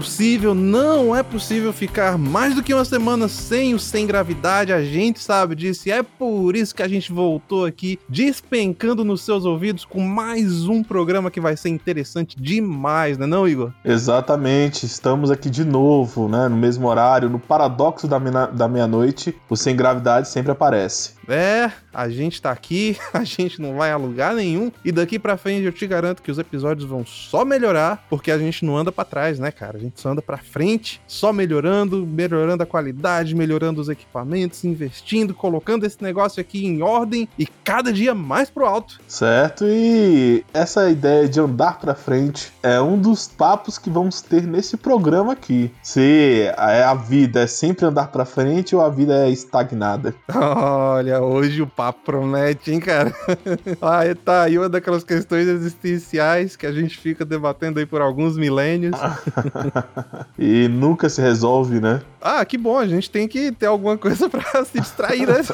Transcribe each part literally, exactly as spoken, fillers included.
possível, não é possível ficar mais do que uma semana sem o Sem Gravidade, a gente sabe disso, e é por isso que a gente voltou aqui, despencando nos seus ouvidos com mais um programa que vai ser interessante demais, né não, Igor? Exatamente, estamos aqui de novo, né, no mesmo horário, no paradoxo da, mena- da meia-noite, o Sem Gravidade sempre aparece. É, a gente tá aqui, a gente não vai a lugar nenhum, e daqui pra frente eu te garanto que os episódios vão só melhorar, porque a gente não anda pra trás, né, cara? A gente só anda pra frente, só melhorando, melhorando a qualidade, melhorando os equipamentos, investindo, colocando esse negócio aqui em ordem e cada dia mais pro alto. Certo, e essa ideia de andar pra frente é um dos papos que vamos ter nesse programa aqui. Se a a vida é sempre andar pra frente ou a vida é estagnada. Olha, hoje o papo promete, hein, cara? Ah, tá aí uma daquelas questões existenciais que a gente fica debatendo aí por alguns milênios. E nunca se resolve, né? Ah, que bom, a gente tem que ter alguma coisa pra se distrair, né?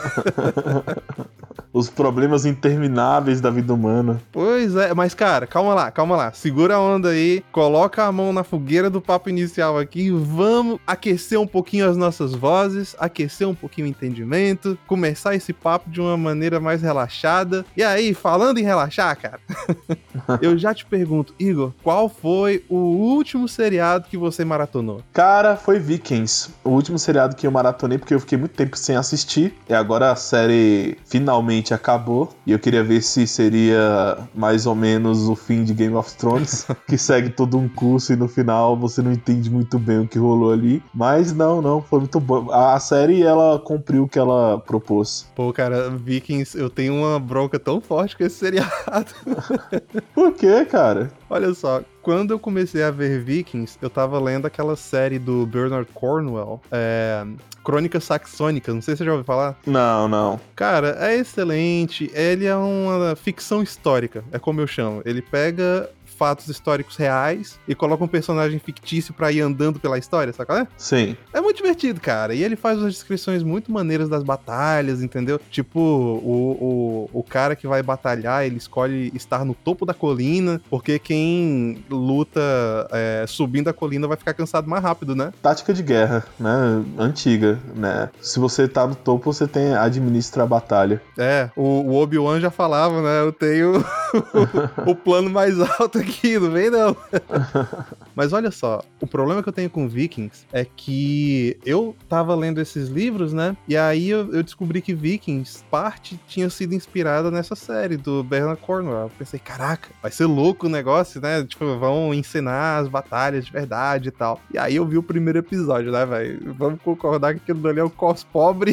Os problemas intermináveis da vida humana. Pois é, mas cara, calma lá, calma lá. Segura a onda aí, coloca a mão na fogueira do papo inicial aqui e vamos aquecer um pouquinho as nossas vozes, aquecer um pouquinho o entendimento, começar esse papo de uma maneira mais relaxada. E aí, falando em relaxar, cara, eu já te pergunto, Igor, qual foi o último seriado que você maratonou? Cara, foi Vikings, o último seriado que eu maratonei, porque eu fiquei muito tempo sem assistir, e agora a série finalmente acabou, e eu queria ver se seria mais ou menos o fim de Game of Thrones, que segue todo um curso e no final você não entende muito bem o que rolou ali, mas não, não, foi muito bom. A série, ela cumpriu o que ela propôs. Pô, cara, Vikings, eu tenho uma bronca tão forte com esse seriado. Por quê, cara? Olha só, quando eu comecei a ver Vikings, eu tava lendo aquela série do Bernard Cornwell, é, Crônicas Saxônicas, não sei se você já ouviu falar. Não, não. Cara, é excelente, ele é uma ficção histórica, é como eu chamo. Ele pega fatos históricos reais e coloca um personagem fictício pra ir andando pela história, sabe qual é? Sim. É muito divertido, cara. E ele faz umas descrições muito maneiras das batalhas, entendeu? Tipo, o, o, o cara que vai batalhar, ele escolhe estar no topo da colina, porque quem luta é, subindo a colina vai ficar cansado mais rápido, né? Tática de guerra, né? Antiga, né? Se você tá no topo, você tem administra a batalha. É, o, o Obi-Wan já falava, né? Eu tenho o plano mais alto aqui, não vem não. Mas olha só, o problema que eu tenho com Vikings é que eu tava lendo esses livros, né? E aí eu, eu descobri que Vikings, parte tinha sido inspirada nessa série do Bernard Cornwell. Eu pensei, caraca, vai ser louco o negócio, né? Tipo, vão ensinar as batalhas de verdade e tal. E aí eu vi o primeiro episódio, né, velho? Vamos concordar que aquilo ali é o cos pobre.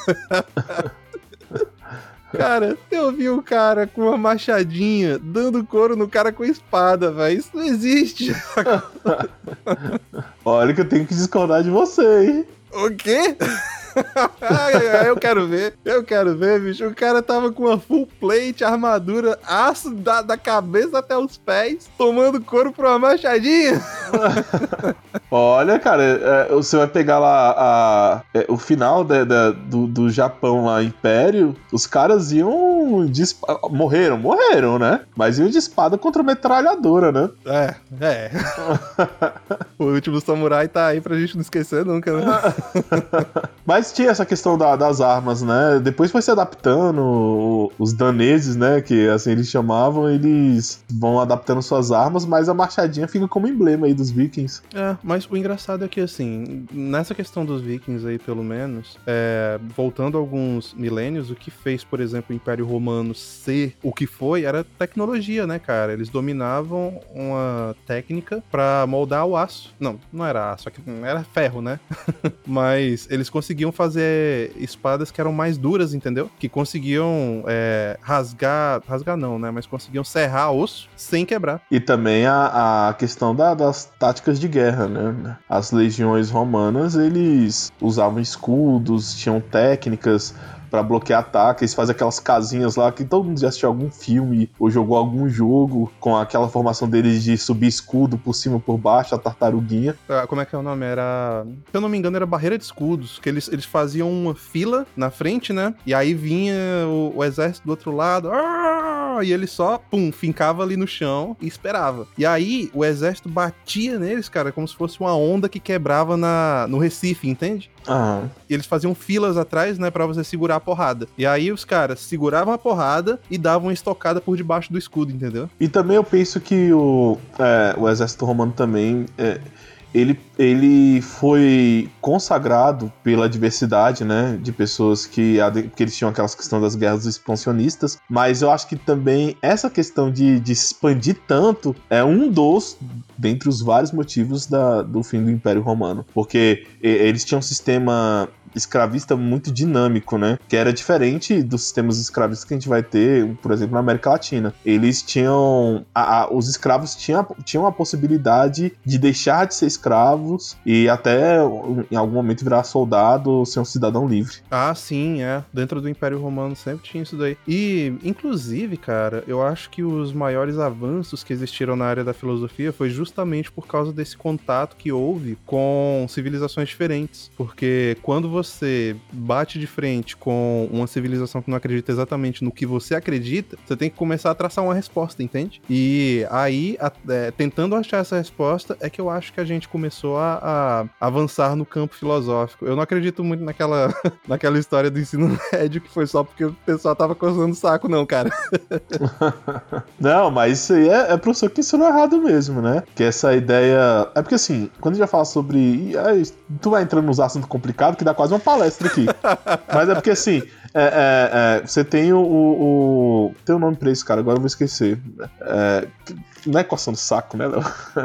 Cara, eu vi um cara com uma machadinha dando couro no cara com espada, velho. Isso não existe. Olha que eu tenho que discordar de você, hein? O quê? Eu quero ver, eu quero ver, bicho. O cara tava com uma full plate, armadura, aço da, da cabeça até os pés, tomando couro pra uma machadinha. Olha, cara, é, você vai pegar lá a, é, o final da, da- do, do Japão lá, Império, os caras iam de espa- morreram, morreram, né? Mas iam de espada contra metralhadora, né? É, é. O último samurai tá aí pra gente não esquecer nunca, né? Mas tinha essa questão da- das armas, né? Depois foi se adaptando, o- os daneses, né? Que assim eles chamavam, eles vão adaptando suas armas, mas a machadinha fica como emblema aí dos vikings. É, mas o engraçado é que, assim, nessa questão dos vikings aí, pelo menos, é, voltando alguns milênios, o que fez, por exemplo, o Império Romano ser o que foi era tecnologia, né, cara? Eles dominavam uma técnica pra moldar o aço. Não, não era aço, era ferro, né? Mas eles conseguiam fazer espadas que eram mais duras, entendeu? Que conseguiam é, rasgar, rasgar não, né? Mas conseguiam serrar osso sem quebrar. E também a, a questão da- das táticas de guerra, né? As legiões romanas, eles usavam escudos, tinham técnicas pra bloquear ataque, eles fazem aquelas casinhas lá que todo mundo já assistiu algum filme ou jogou algum jogo com aquela formação deles de subir escudo por cima por baixo, a tartaruguinha. Ah, como é que é o nome? Era... Se eu não me engano, era barreira de escudos, que eles, eles faziam uma fila na frente, né? E aí vinha o, o exército do outro lado. Ah! tal, e ele só, pum, fincava ali no chão e esperava. E aí, o exército batia neles, cara, como se fosse uma onda que quebrava na, no Recife, entende? Ah. E eles faziam filas atrás, né, pra você segurar a porrada. E aí os caras seguravam a porrada e davam uma estocada por debaixo do escudo, entendeu? E também eu penso que o, é, o exército romano também... É... Ele, ele foi consagrado pela diversidade, né, de pessoas que, que eles tinham aquelas questões das guerras expansionistas, mas eu acho que também essa questão de, de expandir tanto é um dos, dentre os vários motivos da, do fim do Império Romano, porque eles tinham um sistema escravista muito dinâmico, né? Que era diferente dos sistemas escravistas que a gente vai ter, por exemplo, na América Latina. Eles tinham... A, a, os escravos tinham, tinham a possibilidade de deixar de ser escravos e até, em algum momento, virar soldado ou ser um cidadão livre. Ah, sim, é. Dentro do Império Romano sempre tinha isso daí. E, inclusive, cara, eu acho que os maiores avanços que existiram na área da filosofia foi justamente por causa desse contato que houve com civilizações diferentes. Porque quando você você bate de frente com uma civilização que não acredita exatamente no que você acredita, você tem que começar a traçar uma resposta, entende? E aí, a, é, tentando achar essa resposta, é que eu acho que a gente começou a, a avançar no campo filosófico. Eu não acredito muito naquela, naquela história do ensino médio que foi só porque o pessoal tava coçando o saco, não, cara. Não, mas isso aí é, é professor que ensinou errado mesmo, né? Que essa ideia... É porque assim, quando a gente vai falar sobre... Aí, tu vai entrando nos assuntos complicados que dá quase uma palestra aqui. Mas é porque assim, é, é, é, você tem o, o, o... Tem um nome pra isso, cara, agora eu vou esquecer. É, não é coçando saco, né, Léo?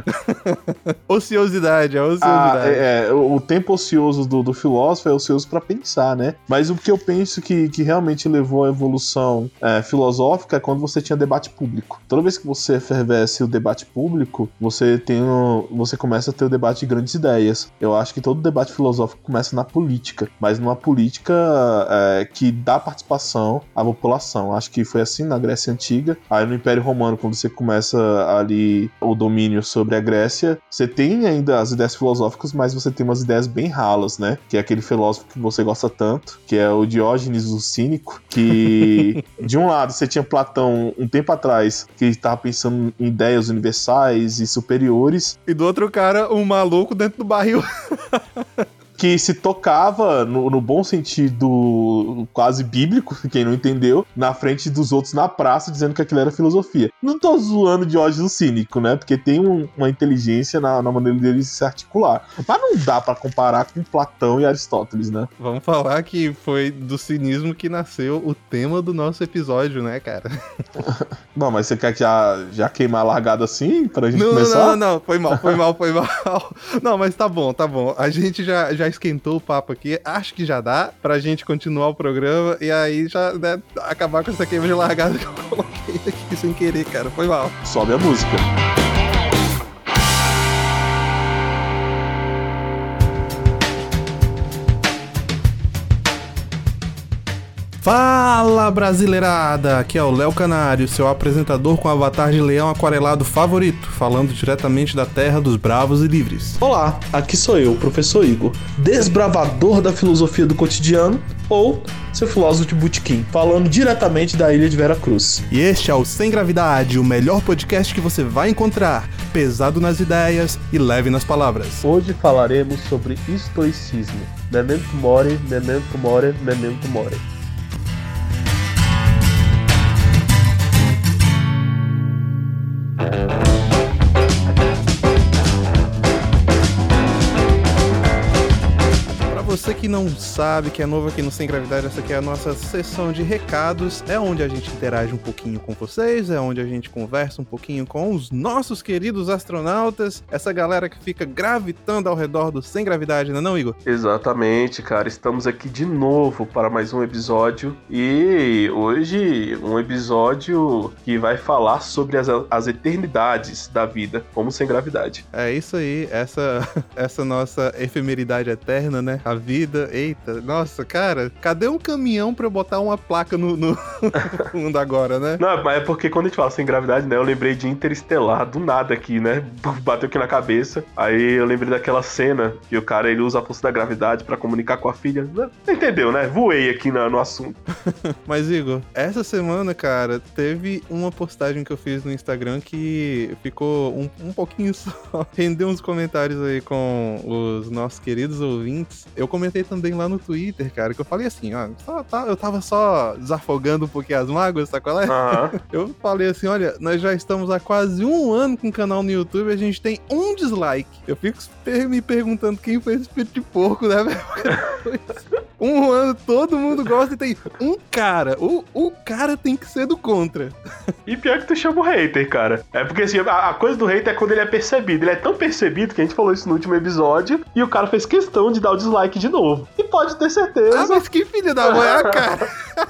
Ociosidade, é ociosidade. Ah, é, é, o tempo ocioso do, do filósofo é ocioso pra pensar, né? Mas o que eu penso que, que realmente levou à evolução é, filosófica é quando você tinha debate público. Toda vez que você efervesce o debate público, você tem o, você começa a ter o debate de grandes ideias. Eu acho que todo debate filosófico começa na política, mas numa política é, que dá participação à população. Acho que foi assim na Grécia Antiga. Aí no Império Romano, quando você começa ali o domínio sobre a Grécia, você tem ainda as ideias filosóficas, mas você tem umas ideias bem ralas, né? Que é aquele filósofo que você gosta tanto, que é o Diógenes o Cínico, que de um lado você tinha Platão um tempo atrás, que estava pensando em ideias universais e superiores, e do outro cara, um maluco dentro do barril. que se tocava, no, no bom sentido quase bíblico, quem não entendeu, na frente dos outros na praça, dizendo que aquilo era filosofia. Não tô zoando Diógenes o Cínico, né? Porque tem um, uma inteligência na, na maneira dele se articular. Mas não dá pra comparar com Platão e Aristóteles, né? Vamos falar que foi do cinismo que nasceu o tema do nosso episódio, né, cara? Não, mas você quer já, já queimar a largada assim, pra gente não, começar? Não, não, não, foi mal, foi mal, foi mal. Não, mas tá bom, tá bom. A gente já, já esquentou o papo aqui, acho que já dá pra gente continuar o programa e aí já, né, acabar com essa queima de largada que eu coloquei aqui sem querer, cara, foi mal. Sobe a música. Fala, brasileirada! Aqui é o Léo Canário, seu apresentador com avatar de leão aquarelado favorito, falando diretamente da terra dos bravos e livres. Olá, aqui sou eu, professor Igor, desbravador da filosofia do cotidiano, ou seu filósofo de botequim, falando diretamente da ilha de Vera Cruz. E este é o Sem Gravidade, o melhor podcast que você vai encontrar, pesado nas ideias e leve nas palavras. Hoje falaremos sobre estoicismo. Memento mori, memento mori, memento mori. Você que não sabe, que é novo aqui no Sem Gravidade, essa aqui é a nossa sessão de recados, é onde a gente interage um pouquinho com vocês, é onde a gente conversa um pouquinho com os nossos queridos astronautas, essa galera que fica gravitando ao redor do Sem Gravidade, não é não, Igor? Exatamente, cara, estamos aqui de novo para mais um episódio, e hoje um episódio que vai falar sobre as, as eternidades da vida, como sem gravidade. É isso aí, essa, essa nossa efemeridade eterna, né? A vida vida. Eita, nossa, cara, cadê um caminhão pra eu botar uma placa no, no fundo agora, né? Não, mas é porque quando a gente fala sem gravidade, né, eu lembrei de Interestelar, do nada aqui, né? Bateu aqui na cabeça. Aí eu lembrei daquela cena que o cara, ele usa a força da gravidade pra comunicar com a filha. Entendeu, né? Voei aqui no, no assunto. Mas, Igor, essa semana, cara, teve uma postagem que eu fiz no Instagram que ficou um, um pouquinho só. Rendeu uns comentários aí com os nossos queridos ouvintes. Eu comentei também lá no Twitter, cara, que eu falei assim, ó, só, tá, eu tava só desafogando um pouquinho as mágoas, sabe qual é? Uhum. Eu falei assim, olha, nós já estamos há quase um ano com o canal no YouTube e a gente tem um dislike. Eu fico me perguntando quem foi esse espírito de porco, né, velho? Um ano, todo mundo gosta e tem um cara. O, o cara tem que ser do contra. E pior que tu chama o hater, cara. É porque assim, a, a coisa do hater é quando ele é percebido. Ele é tão percebido que a gente falou isso no último episódio e o cara fez questão de dar o dislike de novo. E pode ter certeza... Ah, mas que filho da mãe, a cara!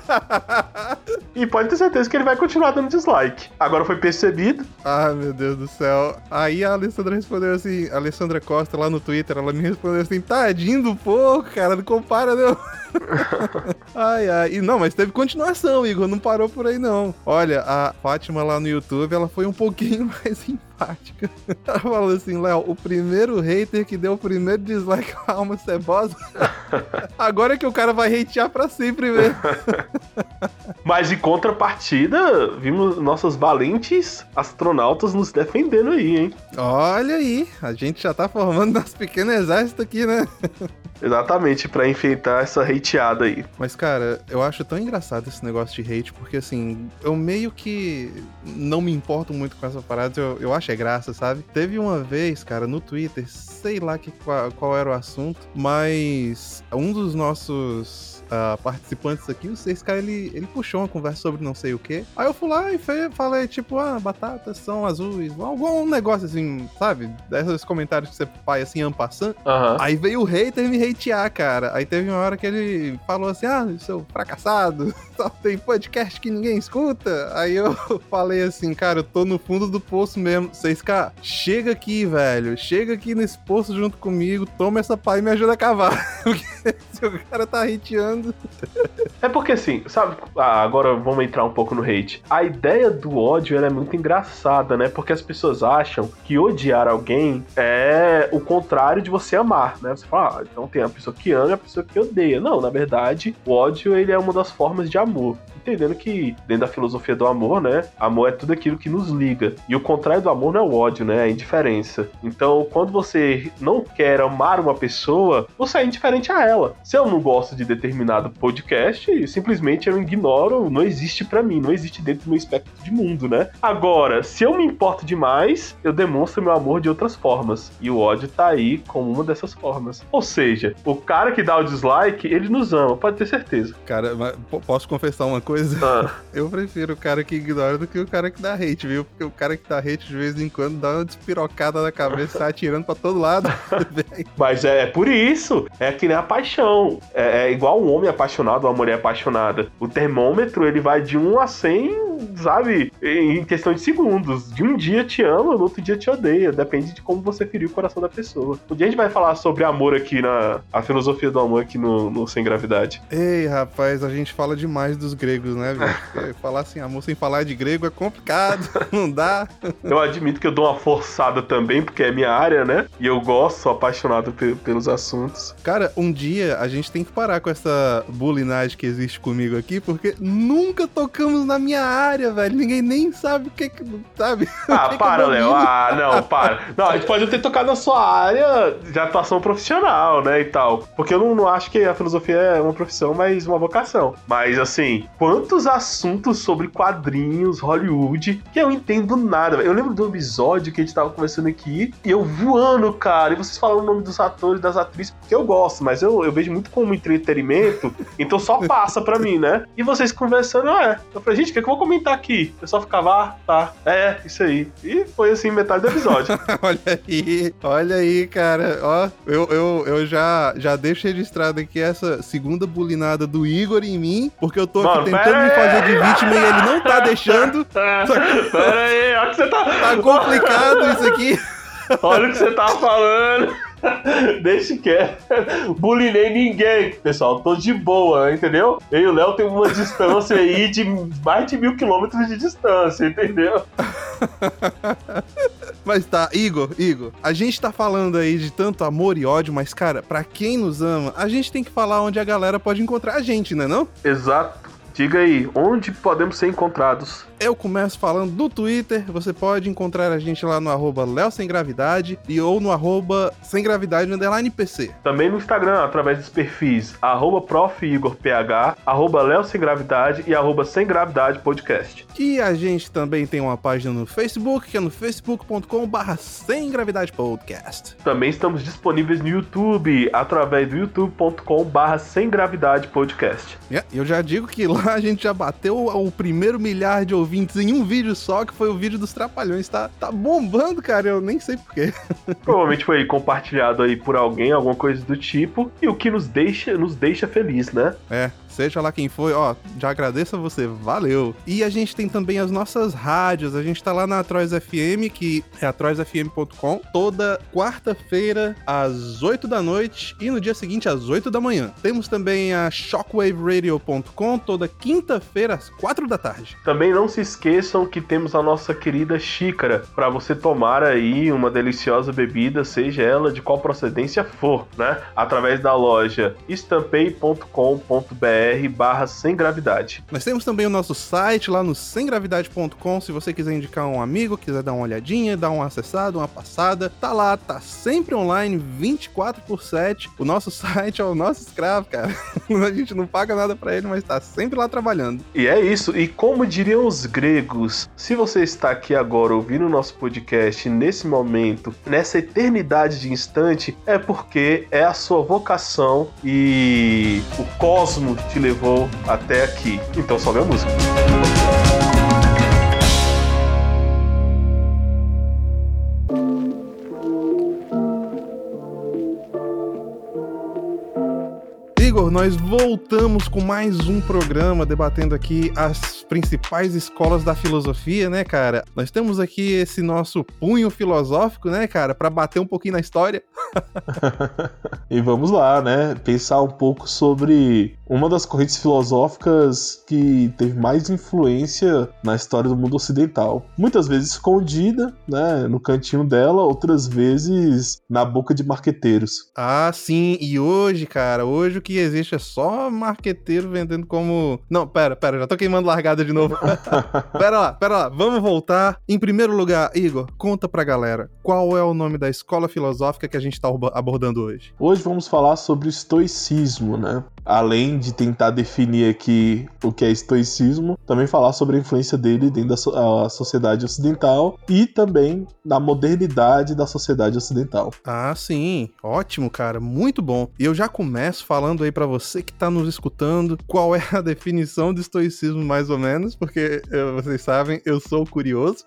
E pode ter certeza que ele vai continuar dando dislike. Agora foi percebido. Ah, meu Deus do céu. Aí a Alessandra respondeu assim, a Alessandra Costa lá no Twitter, ela me respondeu assim, tadinho do porco, cara, não compara não. Ai, ai. E não, mas teve continuação, Igor, não parou por aí não. Olha, a Fátima lá no YouTube, ela foi um pouquinho mais empática. Ela falou assim, Léo, o primeiro hater que deu o primeiro dislike com a alma cebosa, agora é que o cara vai hatear pra sempre mesmo. Mas em contrapartida, vimos nossos valentes astronautas nos defendendo aí, hein? Olha aí, a gente já tá formando nosso pequeno exército aqui, né? Exatamente, pra enfrentar essa hateada aí. Mas, cara, eu acho tão engraçado esse negócio de hate, porque, assim, eu meio que não me importo muito com essa parada, eu, eu acho é graça, sabe? Teve uma vez, cara, no Twitter, sei lá que, qual, qual era o assunto, mas um dos nossos... Uh, participantes aqui, o seis K, ele, ele puxou uma conversa sobre não sei o que. Aí eu fui lá e fe, falei, tipo, ah, batatas são azuis, algum negócio assim, sabe? Desses comentários que você faz assim, en passant. Uhum. Aí veio o hater me hatear, cara. Aí teve uma hora que ele falou assim, ah, seu fracassado, só tem podcast que ninguém escuta. Aí eu falei assim, cara, eu tô no fundo do poço mesmo. seis K, chega aqui, velho, chega aqui nesse poço junto comigo, toma essa pá e me ajuda a cavar. Porque se o cara tá hateando. É porque assim, sabe, ah, agora vamos entrar um pouco no hate. A ideia do ódio, ela é muito engraçada, né? Porque as pessoas acham que odiar alguém é o contrário de você amar, né? Você fala, ah, então tem a pessoa que ama e a pessoa que odeia. Não, na verdade, o ódio, ele é uma das formas de amor. Entendendo que, dentro da filosofia do amor, né, amor é tudo aquilo que nos liga. E o contrário do amor não é o ódio, né, é a indiferença. Então, quando você não quer amar uma pessoa, você é indiferente a ela. Se eu não gosto de determinado podcast, simplesmente eu ignoro, não existe pra mim, não existe dentro do meu espectro de mundo, né. Agora, se eu me importo demais, eu demonstro meu amor de outras formas. E o ódio tá aí como uma dessas formas. Ou seja, o cara que dá o dislike, ele nos ama, pode ter certeza. Cara, mas posso confessar uma coisa? Ah. Eu prefiro o cara que ignora do que o cara que dá hate, viu? Porque o cara que dá hate de vez em quando dá uma despirocada na cabeça e sai atirando pra todo lado. Mas é, é por isso. É que nem a paixão. É, é igual um homem apaixonado, uma mulher apaixonada. O termômetro, ele vai de um a cem, sabe? Em questão de segundos. De um dia te ama, no outro dia te odeia. Depende de como você feriu o coração da pessoa. Um dia a gente vai falar sobre amor aqui, na a filosofia do amor aqui no, no Sem Gravidade. Ei, rapaz, a gente fala demais dos gregos, né, velho? Falar assim, amor sem falar de grego é complicado, não dá. Eu admito que eu dou uma forçada também, porque é minha área, né? E eu gosto, sou apaixonado pe- pelos assuntos. Cara, um dia a gente tem que parar com essa bulinagem que existe comigo aqui, porque nunca tocamos na minha área, velho. Ninguém nem sabe o que que... sabe? Ah, que para, que Léo. Ah, não, para. Não, a gente pode ter tocado na sua área de atuação profissional, né, e tal. Porque eu não, não acho que a filosofia é uma profissão, mas uma vocação. Mas, assim, quantos assuntos sobre quadrinhos, Hollywood, que eu entendo nada. Eu lembro do episódio que a gente tava conversando aqui, e eu voando, cara, e vocês falando o nome dos atores, das atrizes, porque eu gosto, mas eu, eu vejo muito como entretenimento, então só passa pra mim, né? E vocês conversando, é. Eu falei, gente, o que, é que eu vou comentar aqui? Eu só ficava, ah, tá, é, isso aí. E foi assim, metade do episódio. Olha aí, olha aí, cara, ó, eu, eu, eu já, já deixo registrado aqui essa segunda bulinada do Igor em mim, porque eu tô Mano, aqui tentando me fazer de vítima e ele não tá deixando. Pera aí, olha o que você tá... Tá complicado isso aqui. Olha o que você tá falando. Deixa quieto. Bulinei ninguém. Pessoal, tô de boa, entendeu? Eu e o Léo tem uma distância aí de mais de mil quilômetros de distância, entendeu? Mas tá, Igor, Igor, a gente tá falando aí de tanto amor e ódio, mas, cara, pra quem nos ama, a gente tem que falar onde a galera pode encontrar a gente, né não? Exato. Diga aí, onde podemos ser encontrados? Eu começo falando do Twitter, você pode encontrar a gente lá no arroba Léo Sem Gravidade e ou no arroba Sem Gravidade underline P C. Também no Instagram, através dos perfis arroba prof Igor P H, arroba Léo Sem Gravidade e arroba Sem Gravidade Podcast. E a gente também tem uma página no Facebook, que é no facebook ponto com barra Sem Gravidade Podcast. Também estamos disponíveis no YouTube, através do youtube ponto com barra Sem Gravidade Podcast. Yeah, eu já digo que lá a gente já bateu o primeiro milhar de ouvintes em um vídeo só, que foi o vídeo dos Trapalhões. Tá, tá bombando, cara, eu nem sei porquê. Provavelmente foi compartilhado aí por alguém, alguma coisa do tipo, e o que nos deixa, nos deixa feliz, né? É, seja lá quem foi, ó, já agradeço a você, valeu. E a gente tem também as nossas rádios, a gente tá lá na Atroz F M, que é atroz f m ponto com, toda quarta-feira às oito da noite e no dia seguinte às oito da manhã. Temos também a shockwave radio ponto com, toda quinta-feira às quatro da tarde. Também não se esqueçam que temos a nossa querida xícara, para você tomar aí uma deliciosa bebida, seja ela de qual procedência for, né? Através da loja estampei ponto com ponto b r barra Sem Gravidade. Nós temos também o nosso site lá no sem gravidade ponto com, se você quiser indicar um amigo, quiser dar uma olhadinha, dar uma acessada, uma passada, tá lá, tá sempre online, vinte e quatro por sete. O nosso site é o nosso escravo, cara. A gente não paga nada pra ele, mas tá sempre lá trabalhando. E é isso, e como diriam os gregos, se você está aqui agora ouvindo o nosso podcast nesse momento, nessa eternidade de instante, é porque é a sua vocação e o cosmo te levou até aqui. Então sobe a música. Igor, nós voltamos com mais um programa debatendo aqui as principais escolas da filosofia, né, cara? Nós temos aqui esse nosso punho filosófico, né, cara, pra bater um pouquinho na história. E vamos lá, né, pensar um pouco sobre uma das correntes filosóficas que teve mais influência na história do mundo ocidental. Muitas vezes escondida, né, no cantinho dela, outras vezes na boca de marqueteiros. Ah, sim, e hoje, cara, hoje o que existe é só marqueteiro vendendo como... Não, pera, pera, já tô queimando largada de novo. Pera lá, pera lá, vamos voltar. Em primeiro lugar, Igor, conta pra galera, qual é o nome da escola filosófica que a gente tá abordando hoje? Hoje vamos falar sobre o estoicismo, né? Além de tentar definir aqui o que é estoicismo, também falar sobre a influência dele dentro da so- a sociedade ocidental e também na modernidade da sociedade ocidental. Ah, sim. Ótimo, cara. Muito bom. E eu já começo falando aí pra você que tá nos escutando qual é a definição do estoicismo, mais ou menos, porque eu, vocês sabem, eu sou curioso.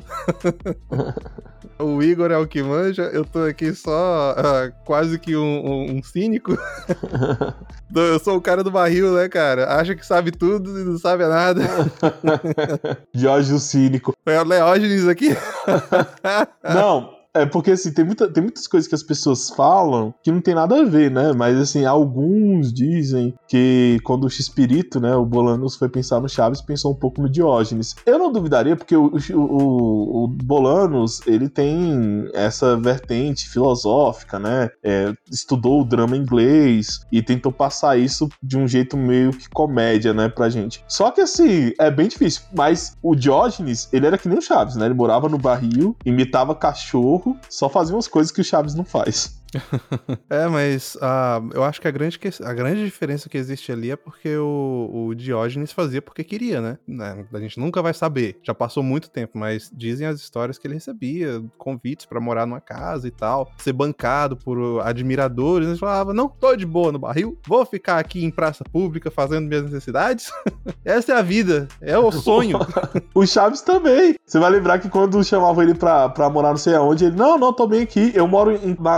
O Igor é o que manja, eu tô aqui só uh, quase que um, um, um cínico. Eu sou o cara do barril, né, cara? Acha que sabe tudo e não sabe nada. Jorge o cínico. É o Leógenes aqui? Não, é porque assim, tem, muita, tem muitas coisas que as pessoas falam que não tem nada a ver, né? Mas assim, alguns dizem que quando o X-Pirito, né, o Bolanos foi pensar no Chaves, pensou um pouco no Diógenes. Eu não duvidaria, porque o, o, o Bolanos, ele tem essa vertente filosófica, né? É, estudou o drama inglês e tentou passar isso de um jeito meio que comédia, né, pra gente. Só que assim, é bem difícil. Mas o Diógenes, ele era que nem o Chaves, né? Ele morava no barril, imitava cachorro, só fazia umas coisas que o Chaves não faz. É, mas uh, eu acho que a grande, que a grande diferença que existe ali é porque o, o Diógenes fazia porque queria, né? A gente nunca vai saber. Já passou muito tempo, mas dizem as histórias que ele recebia convites pra morar numa casa e tal, ser bancado por admiradores. Ele falava, não, tô de boa no barril, vou ficar aqui em praça pública fazendo minhas necessidades. Essa é a vida, é o sonho. O Chaves também. Você vai lembrar que quando chamavam ele pra, pra morar não sei aonde, ele, não, não, tô bem aqui, eu moro em, na, na casa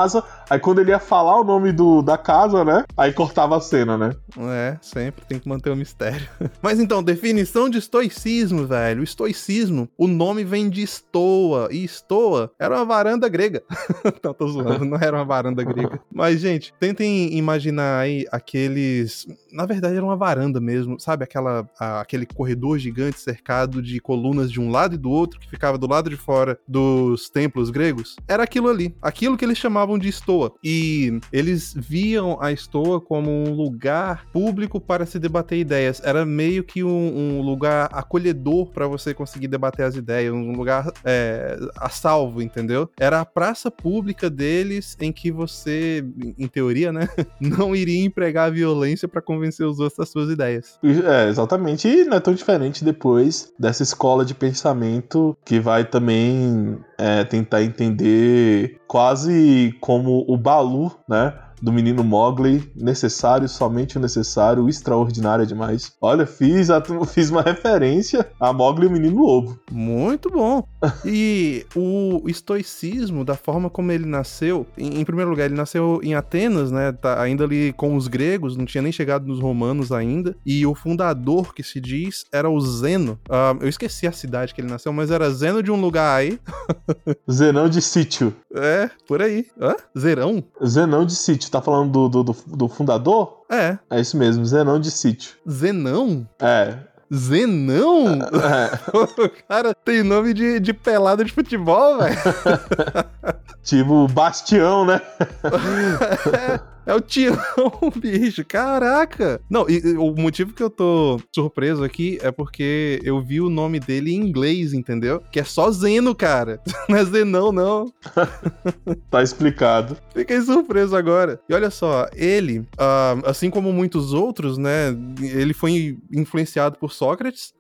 casa, aí quando ele ia falar o nome do, da casa, né, aí cortava a cena, né? É, sempre tem que manter o mistério. Mas então, definição de estoicismo, velho. O estoicismo, o nome vem de estoa, e estoa era uma varanda grega. Não, tô zoando, não era uma varanda grega. Mas, gente, tentem imaginar aí aqueles... Na verdade, era uma varanda mesmo, sabe? Aquela, a, aquele corredor gigante cercado de colunas de um lado e do outro, que ficava do lado de fora dos templos gregos. Era aquilo ali, aquilo que eles chamavam de estoa. E eles viam a estoa como um lugar público para se debater ideias. Era meio que um, um lugar acolhedor para você conseguir debater as ideias, um lugar é, a salvo, entendeu? Era a praça pública deles em que você, em teoria, né, não iria empregar a violência para convencer os outros das suas ideias. É, exatamente. E não é tão diferente depois dessa escola de pensamento que vai também é, tentar entender quase como o Balu, né? Do menino Mowgli, necessário, somente o necessário, o extraordinário é demais. Olha, fiz, a, fiz uma referência a Mowgli e o menino lobo. Muito bom. E o estoicismo, da forma como ele nasceu, em, em primeiro lugar, ele nasceu em Atenas, né, tá ainda ali com os gregos, não tinha nem chegado nos romanos ainda, e o fundador, que se diz, era o Zeno. Uh, eu esqueci a cidade que ele nasceu, mas era Zeno de um lugar aí. Zenão de sítio. É, por aí. Hã? Zerão? Zenão de sítio. Tá falando do, do, do, do fundador? É. É isso mesmo, Zenão de sítio. Zenão? É. Zenão? É. O cara tem nome de, de pelada de futebol, velho. Tipo Bastião, né? É. É o Tião, bicho, caraca! Não, e, e o motivo que eu tô surpreso aqui é porque eu vi o nome dele em inglês, entendeu? Que é só Zeno, cara. Não é Zenão, não. Tá explicado. Fiquei surpreso agora. E olha só, ele, uh, assim como muitos outros, né, ele foi influenciado por Sócrates,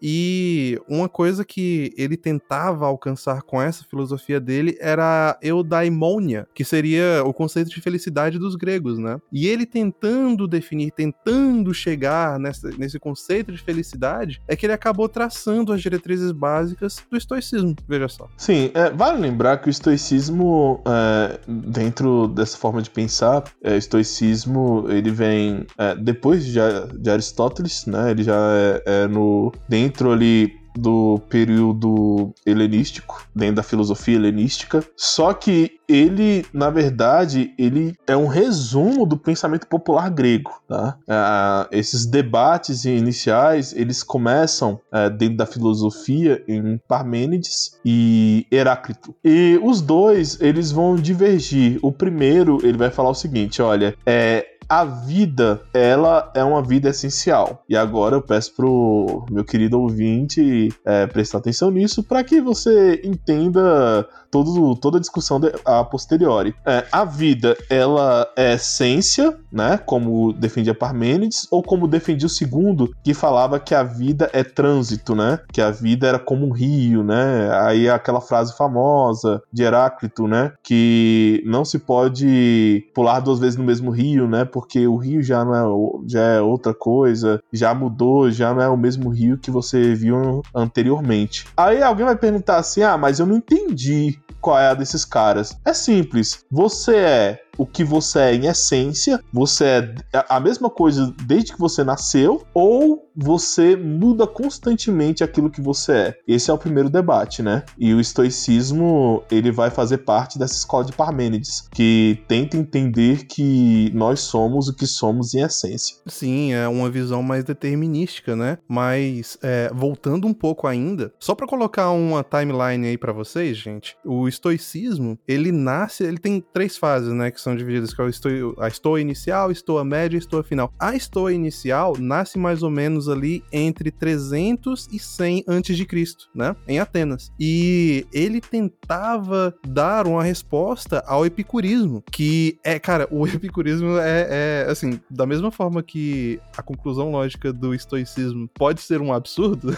e uma coisa que ele tentava alcançar com essa filosofia dele era a eudaimonia, que seria o conceito de felicidade dos gregos, né? E ele tentando definir, tentando chegar nessa, nesse conceito de felicidade, é que ele acabou traçando as diretrizes básicas do estoicismo, veja só. Sim, é, vale lembrar que o estoicismo, é, dentro dessa forma de pensar, é, o estoicismo, ele vem é, depois de, de Aristóteles, né? Ele já é, é no, dentro ali do período helenístico, dentro da filosofia helenística, só que ele, na verdade, ele é um resumo do pensamento popular grego, tá? Ah, esses debates iniciais, eles começam ah, dentro da filosofia em Parmênides e Heráclito. E os dois, eles vão divergir. O primeiro, ele vai falar o seguinte, olha, é... a vida, ela é uma vida essencial. E agora eu peço pro meu querido ouvinte é, prestar atenção nisso para que você entenda todo, toda a discussão de, a posteriori. É, a vida, ela é essência, né? Como defendia Parmênides, ou como defendia o segundo, que falava que a vida é trânsito, né? Que a vida era como um rio, né? Aí aquela frase famosa de Heráclito, né? Que não se pode pular duas vezes no mesmo rio, né? Porque o rio já não é, já é outra coisa, já mudou, já não é o mesmo rio que você viu anteriormente. Aí alguém vai perguntar assim, ah, mas eu não entendi qual é a desses caras. É simples, você é o que você é em essência, você é a mesma coisa desde que você nasceu, ou você muda constantemente aquilo que você é. Esse é o primeiro debate, né? E o estoicismo, ele vai fazer parte dessa escola de Parmênides, que tenta entender que nós somos o que somos em essência. Sim, é uma visão mais determinística, né? Mas, é, voltando um pouco ainda, só pra colocar uma timeline aí pra vocês, gente, o estoicismo, ele nasce, ele tem três fases, né? Que são divididas, que é a estoa inicial, estoa média e estoa final. A estoa inicial nasce mais ou menos ali entre trezentos e cem antes de Cristo, né? Em Atenas. E ele tentava dar uma resposta ao epicurismo, que é, cara, o epicurismo é, é assim, da mesma forma que a conclusão lógica do estoicismo pode ser um absurdo,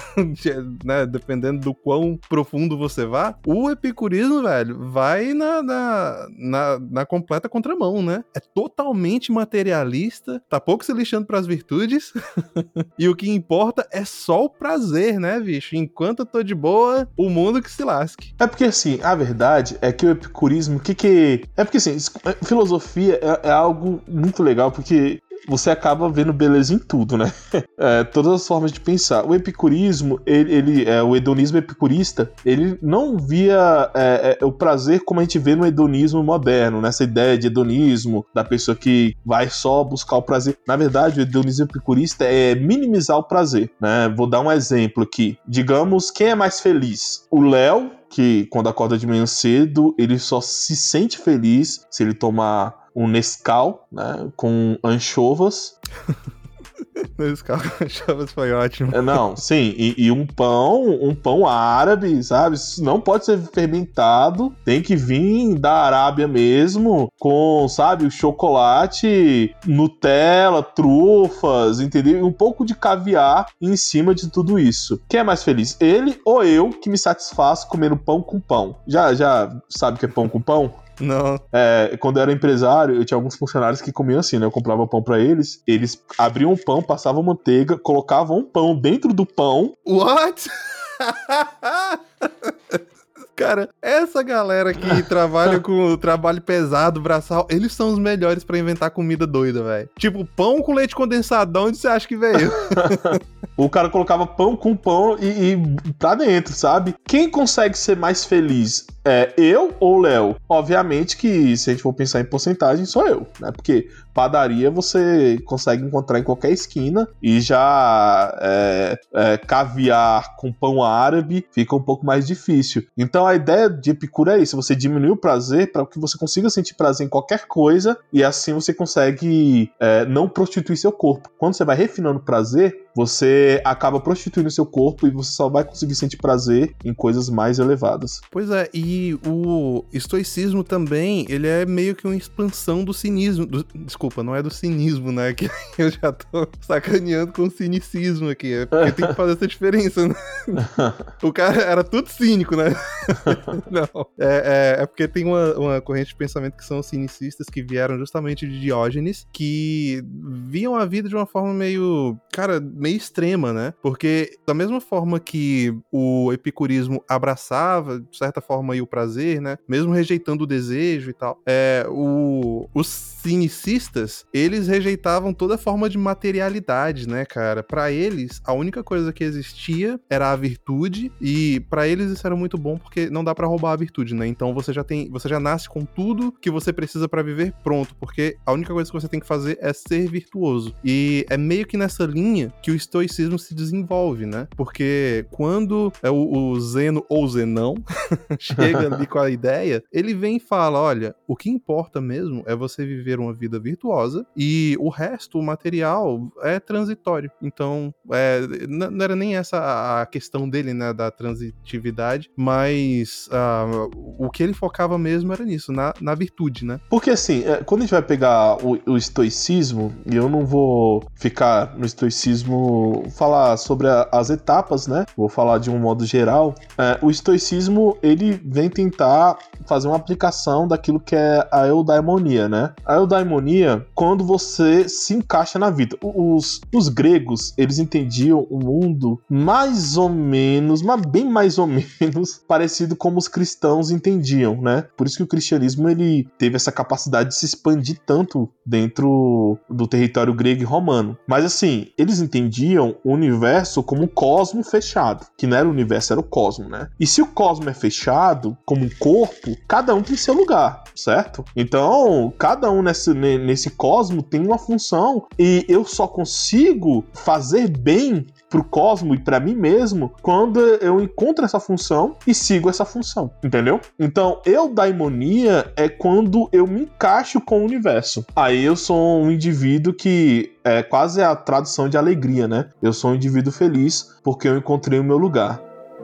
né? Dependendo do quão profundo você vá, o epicurismo, velho, vai na, na, na, na completa contramão contramão, né? É totalmente materialista, tá pouco se lixando pras virtudes, e o que importa é só o prazer, né, bicho? Enquanto eu tô de boa, o mundo que se lasque. É porque, assim, a verdade é que o epicurismo, o que que... É porque, assim, filosofia é, é algo muito legal, porque você acaba vendo beleza em tudo, né? É, todas as formas de pensar. O epicurismo, ele, ele é, o hedonismo epicurista, ele não via é, é, o prazer como a gente vê no hedonismo moderno, nessa ideia de hedonismo, da pessoa que vai só buscar o prazer. Na verdade, o hedonismo epicurista é minimizar o prazer, né? Vou dar um exemplo aqui. Digamos, quem é mais feliz? O Léo, que quando acorda de manhã cedo, ele só se sente feliz se ele tomar um Nescau, né, com anchovas. Nescau com anchovas foi ótimo. É, não, sim, e, e um pão, um pão árabe, sabe? Isso não pode ser fermentado, tem que vir da Arábia mesmo, com, sabe, o chocolate, Nutella, trufas, entendeu? E um pouco de caviar em cima de tudo isso. Quem é mais feliz? Ele ou eu, que me satisfaço comendo pão com pão? Já, já sabe o que é pão com pão? Não. É, quando eu era empresário, eu tinha alguns funcionários que comiam assim, né? Eu comprava pão pra eles, eles abriam o pão, passavam manteiga, colocavam um pão dentro do pão. What? Cara, essa galera que trabalha com trabalho pesado, braçal, eles são os melhores pra inventar comida doida, velho. Tipo, pão com leite condensado, de onde você acha que veio? O cara colocava pão com pão e, e pra dentro, sabe? Quem consegue ser mais feliz? É eu ou o Léo? Obviamente que, se a gente for pensar em porcentagem, sou eu, né? Porque padaria você consegue encontrar em qualquer esquina e já é, é, caviar com pão árabe fica um pouco mais difícil. Então a ideia de Epicuro é isso, você diminui o prazer para que você consiga sentir prazer em qualquer coisa e assim você consegue é, não prostituir seu corpo. Quando você vai refinando o prazer, você acaba prostituindo seu corpo e você só vai conseguir sentir prazer em coisas mais elevadas. Pois é, e o estoicismo também, ele é meio que uma expansão do cinismo. Do, desculpa, não é do cinismo, né? Que eu já tô sacaneando com o cinicismo aqui. É porque tem que fazer essa diferença, né? O cara era tudo cínico, né? Não. É, é, é porque tem uma, uma corrente de pensamento que são os cinicistas que vieram justamente de Diógenes, que viam a vida de uma forma meio, cara, meio extrema, né? Porque da mesma forma que o epicurismo abraçava, de certa forma, aí, o prazer, né? Mesmo rejeitando o desejo e tal, é, o, os cinicistas, eles rejeitavam toda forma de materialidade, né, cara? Pra eles, a única coisa que existia era a virtude, e pra eles isso era muito bom porque não dá pra roubar a virtude, né? Então você já tem, você já nasce com tudo que você precisa pra viver pronto, porque a única coisa que você tem que fazer é ser virtuoso. E é meio que nessa linha que o estoicismo se desenvolve, né? Porque quando é o, o Zeno ou Zenão chega ali com a ideia, ele vem e fala, olha, o que importa mesmo é você viver uma vida virtuosa e o resto, o material, é transitório. Então, é, não era nem essa a questão dele, né, da transitividade, mas uh, o que ele focava mesmo era nisso, na, na virtude, né? Porque assim, quando a gente vai pegar o, o estoicismo, e eu não vou ficar no estoicismo falar sobre a, as etapas, né? Vou falar de um modo geral. É, o estoicismo, ele vem tentar fazer uma aplicação daquilo que é a eudaimonia, né? A eudaimonia, quando você se encaixa na vida. Os, os gregos, eles entendiam o mundo mais ou menos, mas bem mais ou menos, parecido como os cristãos entendiam, né? Por isso que o cristianismo, ele teve essa capacidade de se expandir tanto dentro do território grego e romano. Mas assim, eles entendiam o universo como um cosmo fechado, que não era o universo, era o cosmo, né? E se o cosmo é fechado, como um corpo, cada um tem seu lugar, certo? Então, cada um nesse, nesse cosmo tem uma função e eu só consigo fazer bem pro cosmo e pra mim mesmo quando eu encontro essa função e sigo essa função, entendeu? Então, eudaimonia é quando eu me encaixo com o universo. Aí eu sou um indivíduo que é quase a tradução de alegria, né? Eu sou um indivíduo feliz porque eu encontrei o meu lugar.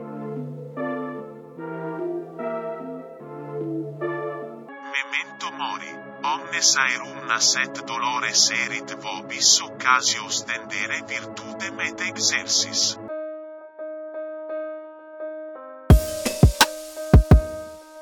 Memento mori, omnes aerum nascet dolores erit vobis occasios tendere virtutem et exercis.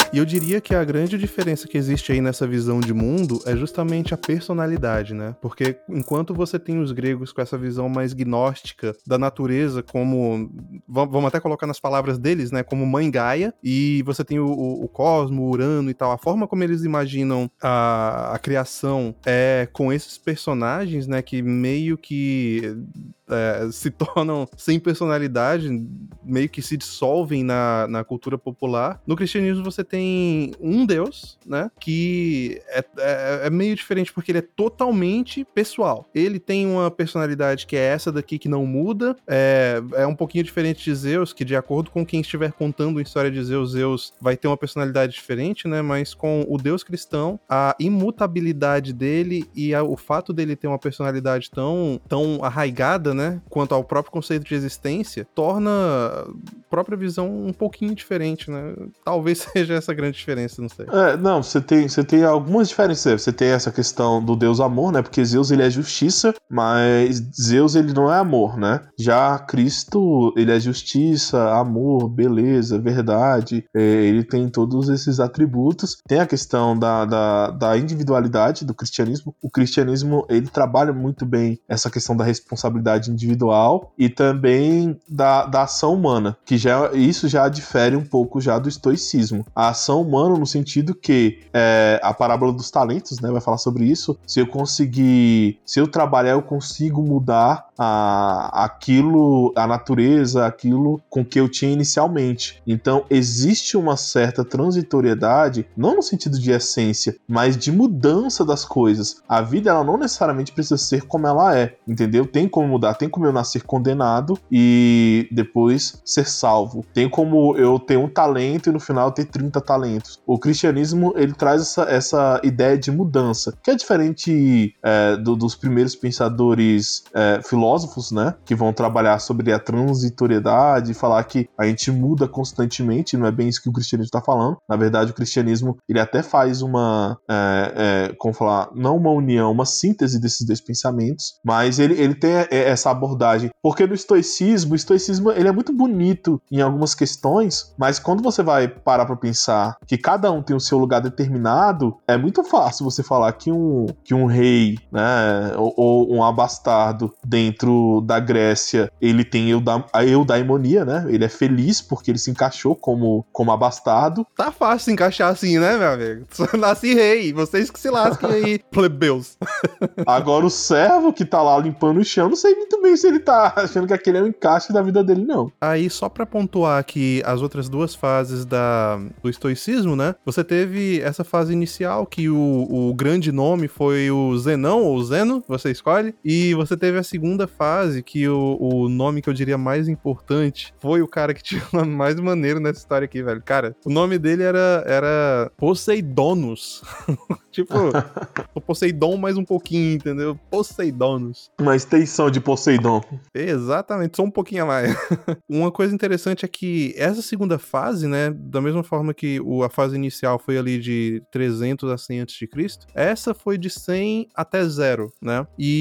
E eu diria que a grande diferença que existe aí nessa visão de mundo é justamente a personalidade, né? Porque enquanto você tem os gregos com essa visão mais gnóstica da natureza como... Vamos até colocar nas palavras deles, né? Como mãe Gaia, e você tem o, o, o cosmo, o Urano e tal. A forma como eles imaginam a, a criação é com esses personagens, né? Que meio que... É, se tornam sem personalidade, meio que se dissolvem na, na cultura popular. No cristianismo você tem um Deus, né, que é, é, é meio diferente porque ele é totalmente pessoal. Ele tem uma personalidade que é essa daqui que não muda, é, é um pouquinho diferente de Zeus, que de acordo com quem estiver contando a história de Zeus, Zeus vai ter uma personalidade diferente, né, mas com o Deus cristão, a imutabilidade dele e a, o fato dele ter uma personalidade tão, tão arraigada, né, quanto ao próprio conceito de existência, torna a própria visão um pouquinho diferente, né? Talvez seja essa grande diferença, não sei. É, não, você tem, você tem algumas diferenças. Você tem essa questão do Deus amor, né? Porque Zeus, ele é justiça, mas Zeus, ele não é amor, né? Já Cristo, ele é justiça, amor, beleza, verdade. É, ele tem todos esses atributos. Tem a questão da, da, da individualidade do cristianismo. O cristianismo, ele trabalha muito bem essa questão da responsabilidade individual e também da, da ação humana, que já, isso já difere um pouco já do estoicismo. A ação humana no sentido que é, a parábola dos talentos, né, vai falar sobre isso. Se eu conseguir, se eu trabalhar, eu consigo mudar a, aquilo, a natureza, aquilo com que eu tinha inicialmente. Então existe uma certa transitoriedade, não no sentido de essência, mas de mudança das coisas. A vida, ela não necessariamente precisa ser como ela é, entendeu? Tem como mudar, tem como eu nascer condenado e depois ser salvo. Tem como eu ter um talento e no final ter trinta talentos. O cristianismo, ele traz essa, essa ideia de mudança, que é diferente é, do, dos primeiros pensadores é, filósofos, né, que vão trabalhar sobre a transitoriedade e falar que a gente muda constantemente. Não é bem isso que o cristianismo está falando. Na verdade, o cristianismo, ele até faz uma, é, é, como falar, não uma união, uma síntese desses dois pensamentos, mas ele, ele tem essa abordagem, porque no estoicismo, o estoicismo, ele é muito bonito em algumas questões, mas quando você vai parar pra pensar que cada um tem o seu lugar determinado, é muito fácil você falar que um, que um rei, né, ou, ou um abastardo dentro da Grécia, ele tem euda, a eudaimonia, né, ele é feliz porque ele se encaixou como, como abastardo. Tá fácil se encaixar assim, né, meu amigo? Só nasce rei, vocês que se lasquem aí, plebeus. Agora o servo que tá lá limpando o chão, não sei muito bem se ele tá achando que aquele é um encaixe da vida dele, não. Aí, só pra pontuar aqui as outras duas fases da, do estoicismo, né? Você teve essa fase inicial, que o, o grande nome foi o Zenão, ou Zeno, você escolhe. E você teve a segunda fase, que o, o nome que eu diria mais importante foi o cara que tinha o nome mais maneiro nessa história aqui, velho. Cara, o nome dele era, era Poseidonus. Tipo, o Poseidon mais um pouquinho, entendeu? Poseidonus. Uma extensão de Poseidon. Exatamente, só um pouquinho a mais. Uma coisa interessante é que essa segunda fase, né, da mesma forma que o, a fase inicial foi ali de trezentos a cem antes de Cristo, essa foi de cem até zero, né?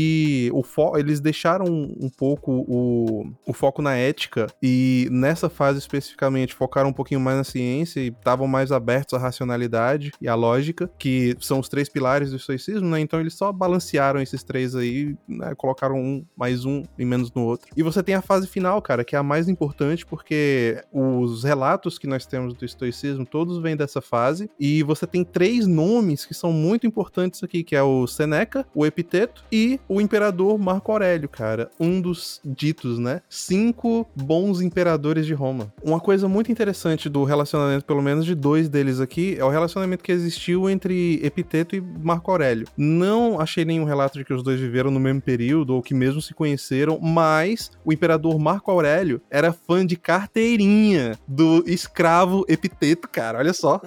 E o fo- eles deixaram um pouco o, o foco na ética e nessa fase especificamente focaram um pouquinho mais na ciência e estavam mais abertos à racionalidade e à lógica, que são os três pilares do estoicismo, né? Então eles só balancearam esses três aí, né? Colocaram um mais um e menos no outro. E você tem a fase final, cara, que é a mais importante, porque os relatos que nós temos do estoicismo, todos vêm dessa fase, e você tem três nomes que são muito importantes aqui, que é o Seneca, o Epiteto e o imperador Marco Aurélio, cara. Um dos ditos, né? Cinco bons imperadores de Roma. Uma coisa muito interessante do relacionamento, pelo menos de dois deles aqui, é o relacionamento que existiu entre Epiteto e Marco Aurélio. Não achei nenhum relato de que os dois viveram no mesmo período, ou que mesmo se conheceram, mas o imperador Marco Aurélio era fã de carteirinha do escravo Epiteto, cara, olha só.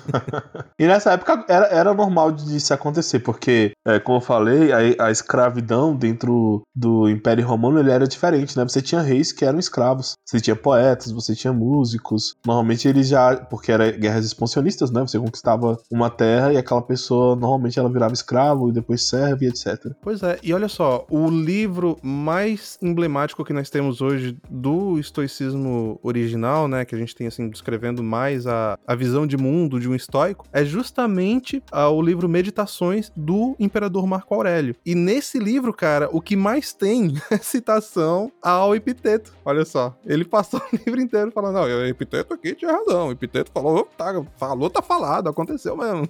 E nessa época era, era normal de se acontecer, porque, é, como eu falei, a, a escravidão dentro do Império Romano, ele era diferente, né? Você tinha reis que eram escravos, você tinha poetas, você tinha músicos, normalmente eles já, porque era guerras expansionistas, né? Você conquistava uma terra e aquela pessoa, normalmente ela virava escravo e depois servo e etcétera. Pois é, e olha só, o livro mais emblemático que nós temos hoje do estoicismo original, né, que a gente tem, assim, descrevendo mais a, a visão de mundo de um estoico, é justamente ah, o livro Meditações do Imperador Marco Aurélio. E nesse livro, cara, o que mais tem é citação ao Epiteto. Olha só, ele passou o livro inteiro falando, não, o Epiteto aqui tinha razão, o Epiteto falou, tá, falou, tá falado, aconteceu mesmo.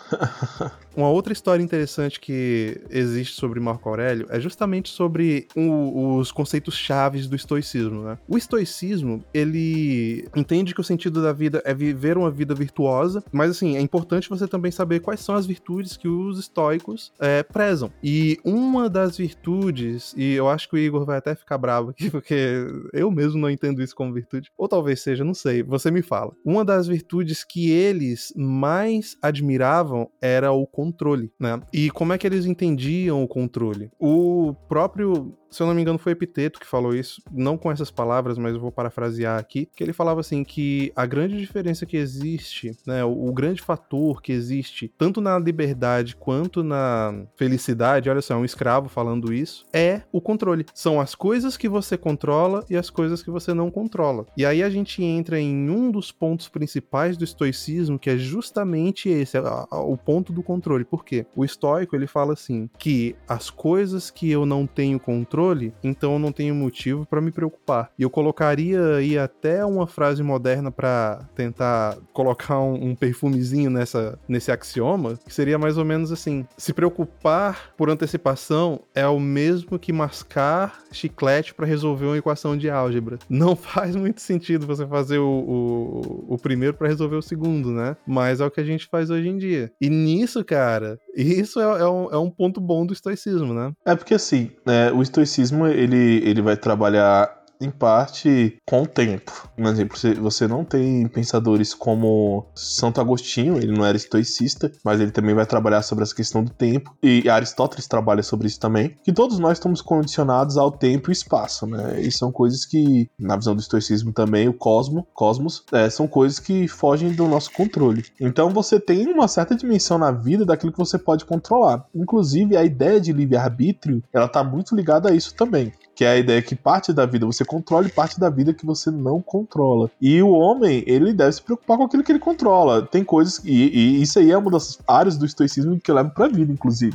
Uma outra história interessante que existe sobre Marco Aurélio é justamente sobre o, os conceitos chaves do estoicismo, né? O estoicismo, ele entende que o sentido da vida é viver uma vida virtuosa, mas assim, é importante você também saber quais são as virtudes que os estoicos é, prezam. E uma das virtudes, e eu acho que o Igor vai até ficar bravo aqui, porque eu mesmo não entendo isso como virtude, ou talvez seja, não sei, você me fala. Uma das virtudes que eles mais admiravam era o controle, né? E como é que eles entendiam o controle? O próprio, se eu não me engano, foi Epiteto que falou isso, não com essas palavras, mas eu vou parafrasear aqui, que ele falava assim, que a grande diferença que existe, né, o, o grande fator que existe, tanto na liberdade quanto na felicidade, olha só, é um escravo falando isso, é o controle. São as coisas que você controla e as coisas que você não controla. E aí a gente entra em um dos pontos principais do estoicismo, que é justamente esse, a, a, o ponto do controle. Por quê? O estoico, ele fala assim, que as coisas que eu não tenho controle, então eu não tenho motivo pra me preocupar. E eu colocaria aí até uma frase moderna pra tentar colocar um, um perfumezinho nessa, nesse axioma, que seria mais ou menos assim, se preocupar por antecipação é o mesmo que mascar chiclete pra resolver uma equação de álgebra. Não faz muito sentido você fazer o, o, o primeiro pra resolver o segundo, né? Mas é o que a gente faz hoje em dia. E nisso, cara, isso é, é, um, é um ponto bom do estoicismo, né? É porque assim, né, o estoicismo ele, ele vai trabalhar em parte com o tempo. Por exemplo, você não tem pensadores como Santo Agostinho, ele não era estoicista, mas ele também vai trabalhar sobre essa questão do tempo, e Aristóteles trabalha sobre isso também, que todos nós estamos condicionados ao tempo e espaço, né? E são coisas que, na visão do estoicismo também, o cosmo, cosmos, é, são coisas que fogem do nosso controle. Então você tem uma certa dimensão na vida daquilo que você pode controlar. Inclusive, a ideia de livre-arbítrio, ela tá muito ligada a isso também, que é a ideia que parte da vida você controla e parte da vida que você não controla. E o homem, ele deve se preocupar com aquilo que ele controla. Tem coisas, e, e isso aí é uma das áreas do estoicismo que eu levo pra vida, inclusive.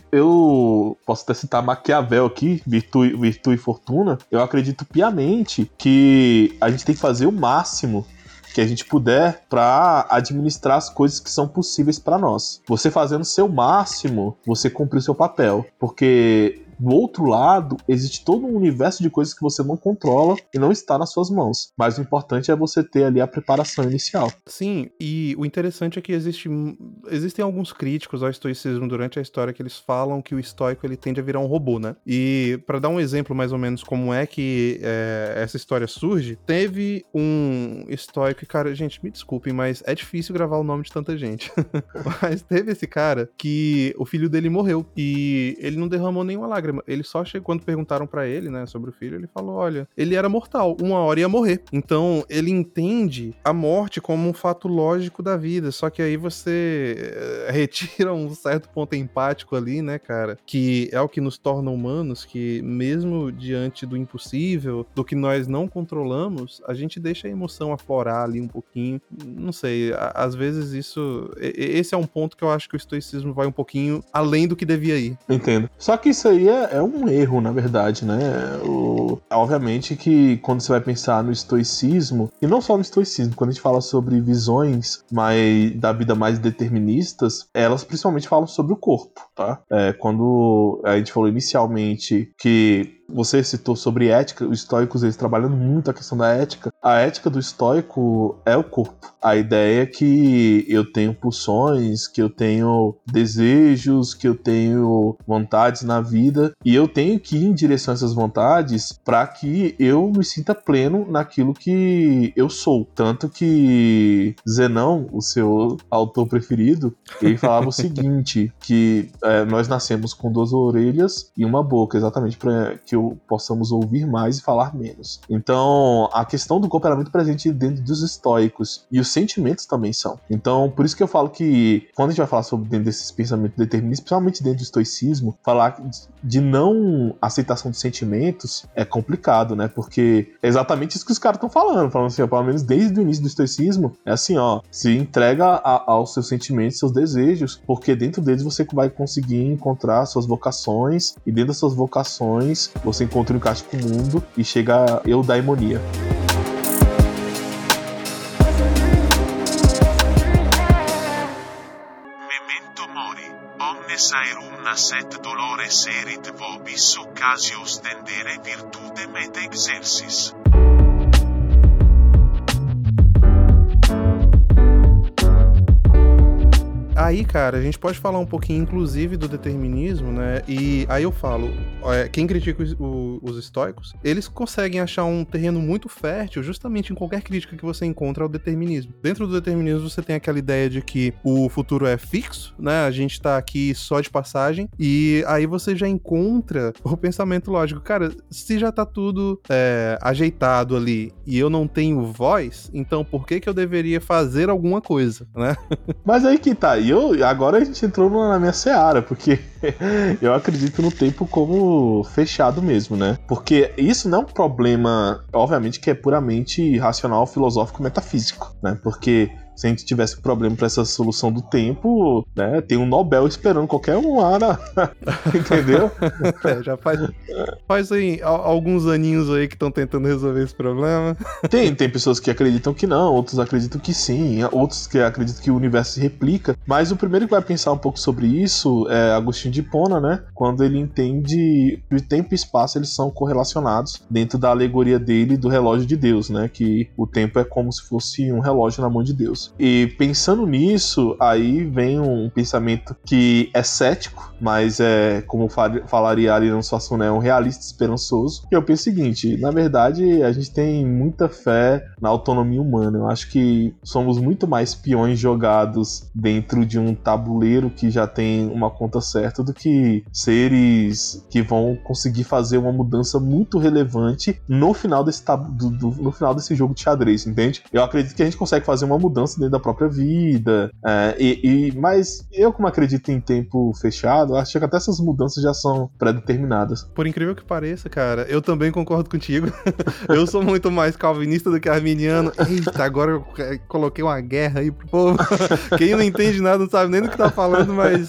Eu posso até citar Maquiavel aqui, Virtude, Virtude e Fortuna. Eu acredito piamente que a gente tem que fazer o máximo que a gente puder para administrar as coisas que são possíveis para nós. Você fazendo o seu máximo, você cumpre o seu papel, porque do outro lado, existe todo um universo de coisas que você não controla e não está nas suas mãos. Mas o importante é você ter ali a preparação inicial. Sim, e o interessante é que existe, existem alguns críticos ao estoicismo durante a história que eles falam que o estoico ele tende a virar um robô, né? E para dar um exemplo mais ou menos como é que é, essa história surge, teve um estoico, e cara, gente, me desculpem, mas é difícil gravar o nome de tanta gente. Mas teve esse cara que o filho dele morreu e ele não derramou nenhuma lágrima. Ele só chegou, quando perguntaram pra ele, né, sobre o filho, ele falou, olha, ele era mortal, uma hora ia morrer. Então, ele entende a morte como um fato lógico da vida, só que aí você retira um certo ponto empático ali, né, cara, que é o que nos torna humanos, que mesmo diante do impossível, do que nós não controlamos, a gente deixa a emoção aflorar ali um pouquinho, não sei, às vezes isso, esse é um ponto que eu acho que o estoicismo vai um pouquinho além do que devia ir. Entendo. Só que isso aí é é um erro, na verdade, né? O... Obviamente que quando você vai pensar no estoicismo, e não só no estoicismo, quando a gente fala sobre visões mais, da vida mais deterministas, elas principalmente falam sobre o corpo, tá? É, quando a gente falou inicialmente que você citou sobre ética, os estoicos eles trabalhando muito a questão da ética. A ética do estoico é o corpo. A ideia é que eu tenho pulsões, que eu tenho desejos, que eu tenho vontades na vida e eu tenho que ir em direção a essas vontades para que eu me sinta pleno naquilo que eu sou. Tanto que Zenão, o seu autor preferido, ele falava o seguinte, que é, nós nascemos com duas orelhas e uma boca, exatamente para que que possamos ouvir mais e falar menos. Então, a questão do corpo era muito presente dentro dos estoicos, e os sentimentos também são. Então, por isso que eu falo que, quando a gente vai falar sobre dentro desses pensamentos deterministas, principalmente dentro do estoicismo, falar de não aceitação de sentimentos é complicado, né? Porque é exatamente isso que os caras estão falando, falando assim, ó, pelo menos desde o início do estoicismo, é assim, ó, se entrega a, aos seus sentimentos, seus desejos, porque dentro deles você vai conseguir encontrar suas vocações, e dentro das suas vocações você encontra um encaixe com o mundo e chega a eudaimonia. Memento mori, omnes aerum nascet dolores erit vobis occasios tendere virtudem et exercis. Aí, cara, a gente pode falar um pouquinho, inclusive, do determinismo, né? E aí eu falo, é, quem critica os, o, os estoicos, eles conseguem achar um terreno muito fértil justamente em qualquer crítica que você encontra ao determinismo. Dentro do determinismo, você tem aquela ideia de que o futuro é fixo, né? A gente tá aqui só de passagem, e aí você já encontra o pensamento lógico. Cara, se já tá tudo é, ajeitado ali e eu não tenho voz, então por que que eu deveria fazer alguma coisa, né? Mas aí que tá, e eu, agora a gente entrou na minha seara, porque eu acredito no tempo como fechado mesmo, né? Porque isso não é um problema, obviamente, que é puramente racional, filosófico, metafísico, né? Porque se a gente tivesse problema para essa solução do tempo, né, tem um Nobel esperando qualquer um lá, né? Entendeu? É, já faz, faz aí, alguns aninhos aí que estão tentando resolver esse problema. Tem, tem pessoas que acreditam que não, outros acreditam que sim, outros que acreditam que o universo se replica, mas o primeiro que vai pensar um pouco sobre isso é Agostinho de Hipona, né? Quando ele entende que o tempo e espaço eles são correlacionados dentro da alegoria dele do relógio de Deus, né? Que o tempo é como se fosse um relógio na mão de Deus. E pensando nisso, aí vem um pensamento que é cético, mas é, como falaria Ariano Suassuna, é um realista esperançoso. E eu penso o seguinte, na verdade, a gente tem muita fé na autonomia humana. Eu acho que somos muito mais peões jogados dentro de um tabuleiro que já tem uma conta certa do que seres que vão conseguir fazer uma mudança muito relevante no final desse, tab- do, do, no final desse jogo de xadrez, entende? Eu acredito que a gente consegue fazer uma mudança dentro da própria vida, é, e, e, mas eu, como acredito em tempo fechado, acho que até essas mudanças já são pré-determinadas. Por incrível que pareça, cara, eu também concordo contigo. Eu sou muito mais calvinista do que arminiano. Eita, agora eu coloquei uma guerra aí pro povo. Quem não entende nada não sabe nem do que tá falando, mas...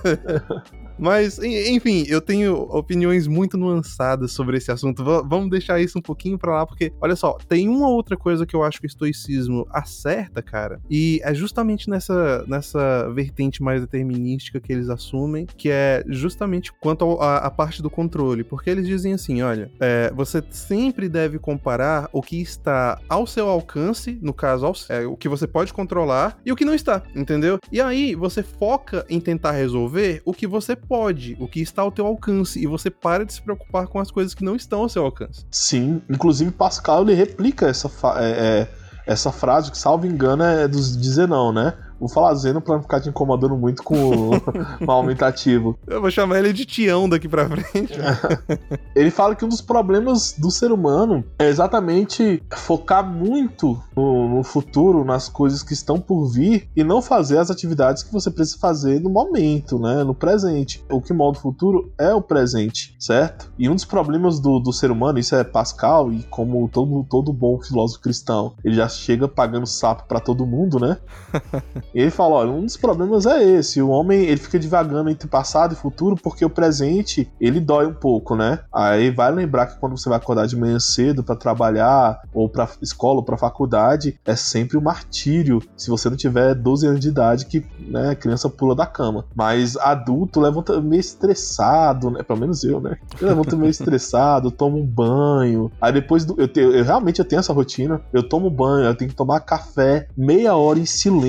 Mas, enfim, eu tenho opiniões muito nuançadas sobre esse assunto. V- vamos deixar isso um pouquinho pra lá, porque, olha só, tem uma outra coisa que eu acho que o estoicismo acerta, cara, e é justamente nessa, nessa vertente mais determinística que eles assumem, que é justamente quanto à parte do controle, porque eles dizem assim, olha, é, você sempre deve comparar o que está ao seu alcance, no caso, ao, é, o que você pode controlar, e o que não está, entendeu? E aí, você foca em tentar resolver o que você pode, o que está ao teu alcance, e você para de se preocupar com as coisas que não estão ao seu alcance. Sim, inclusive Pascal ele replica essa, fa- é, é, essa frase, que salvo engano é dos dizer não, né? Vou falar Zeno pra não ficar te incomodando muito com o aumentativo. Eu vou chamar ele de Tião daqui pra frente. Ele fala que um dos problemas do ser humano é exatamente focar muito no, no futuro, nas coisas que estão por vir, e não fazer as atividades que você precisa fazer no momento, né? No presente. O que molda o futuro é o presente, certo? E um dos problemas do, do ser humano, isso é Pascal, e como todo, todo bom filósofo cristão, ele já chega pagando sapo pra todo mundo, né? E ele fala, olha, um dos problemas é esse, o homem ele fica divagando entre passado e futuro porque o presente, ele dói um pouco, né? Aí vai lembrar que quando você vai acordar de manhã cedo pra trabalhar, ou pra escola, ou pra faculdade, é sempre um martírio se você não tiver doze anos de idade, que, né, a criança pula da cama. Mas adulto levanta meio estressado, né? Pelo menos eu, né? Eu levanto meio estressado, tomo um banho, aí depois, do, eu, te, eu realmente eu tenho essa rotina, eu tomo banho, eu tenho que tomar café meia hora em silêncio, nem os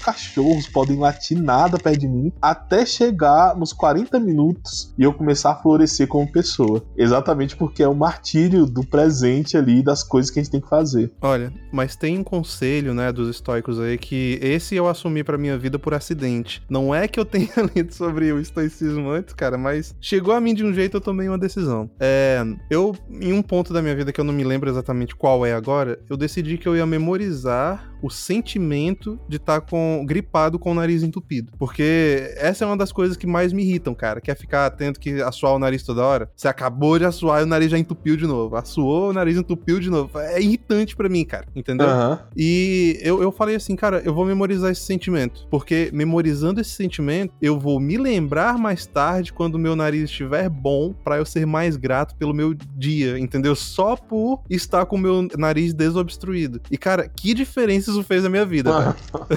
cachorros podem latir nada perto de mim, até chegar nos quarenta minutos e eu começar a florescer como pessoa. Exatamente porque é o martírio do presente ali, das coisas que a gente tem que fazer. Olha, mas tem um conselho, né, dos estoicos aí, que esse eu assumi pra minha vida por acidente. Não é que eu tenha lido sobre o estoicismo antes, cara, mas chegou a mim de um jeito, eu tomei uma decisão. É, eu, em um ponto da minha vida que eu não me lembro exatamente qual é agora, eu decidi que eu ia memorizar o sentimento de estar com, gripado com o nariz entupido. Porque essa é uma das coisas que mais me irritam, cara, que é ficar atento que assoar o nariz toda hora. Você acabou de assoar e o nariz já entupiu de novo. Assoou, o nariz entupiu de novo. É irritante pra mim, cara, entendeu? Uhum. E eu, eu falei assim, cara, eu vou memorizar esse sentimento. Porque memorizando esse sentimento, eu vou me lembrar mais tarde, quando o meu nariz estiver bom, pra eu ser mais grato pelo meu dia, entendeu? Só por estar com o meu nariz desobstruído. E, cara, que diferença isso fez na minha vida, cara.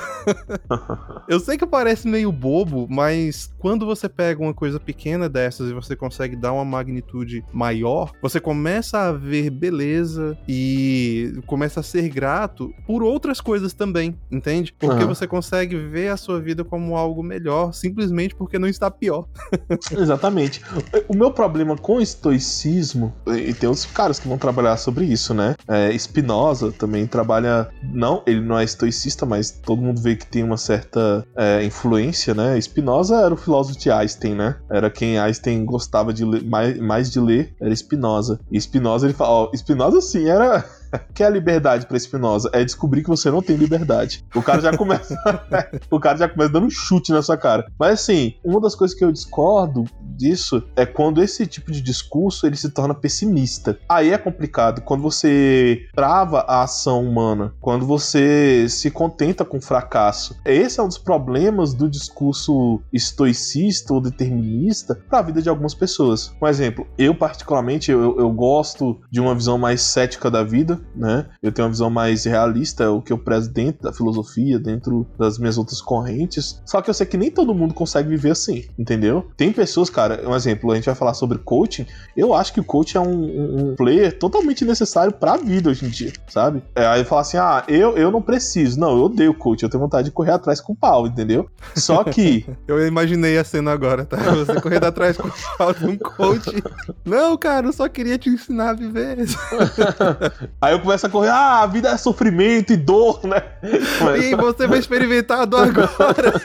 Eu sei que parece meio bobo, mas quando você pega uma coisa pequena dessas e você consegue dar uma magnitude maior, você começa a ver beleza e começa a ser grato por outras coisas também, entende? Porque uhum. você consegue ver a sua vida como algo melhor, simplesmente porque não está pior. Exatamente. O meu problema com o estoicismo, e tem outros caras que vão trabalhar sobre isso, né? É, Spinoza também trabalha, não, ele não é estoicista, mas todo mundo vê que tem uma certa é, influência, né? Spinoza era o filósofo de Einstein, né? Era quem Einstein gostava de ler, mais, mais de ler, era Spinoza. E Spinoza, ele fala, ó, Spinoza sim, era... O que é a liberdade pra Spinoza? É descobrir que você não tem liberdade. O cara já começa o cara já começa dando um chute na sua cara. Mas assim, uma das coisas que eu discordo disso é quando esse tipo de discurso ele se torna pessimista. Aí é complicado. Quando você trava a ação humana, quando você se contenta com o fracasso. Esse é um dos problemas do discurso estoicista ou determinista para a vida de algumas pessoas. Por exemplo, eu particularmente, eu, eu gosto de uma visão mais cética da vida, né? Eu tenho uma visão mais realista, o que eu prezo dentro da filosofia, dentro das minhas outras correntes. Só que eu sei que nem todo mundo consegue viver assim, entendeu? Tem pessoas, cara, um exemplo, a gente vai falar sobre coaching. Eu acho que o coaching é um, um, um player totalmente necessário pra vida hoje em dia, sabe? É, aí eu falo assim, ah, eu, eu não preciso. Não, eu odeio coaching, eu tenho vontade de correr atrás com o pau, entendeu? Só que... eu imaginei a cena agora, tá? Você correndo atrás com o pau de um coach. Não, cara, eu só queria te ensinar a viver. Aí eu começo a correr, ah, a vida é sofrimento e dor, né? Mas... E você vai experimentar a dor agora.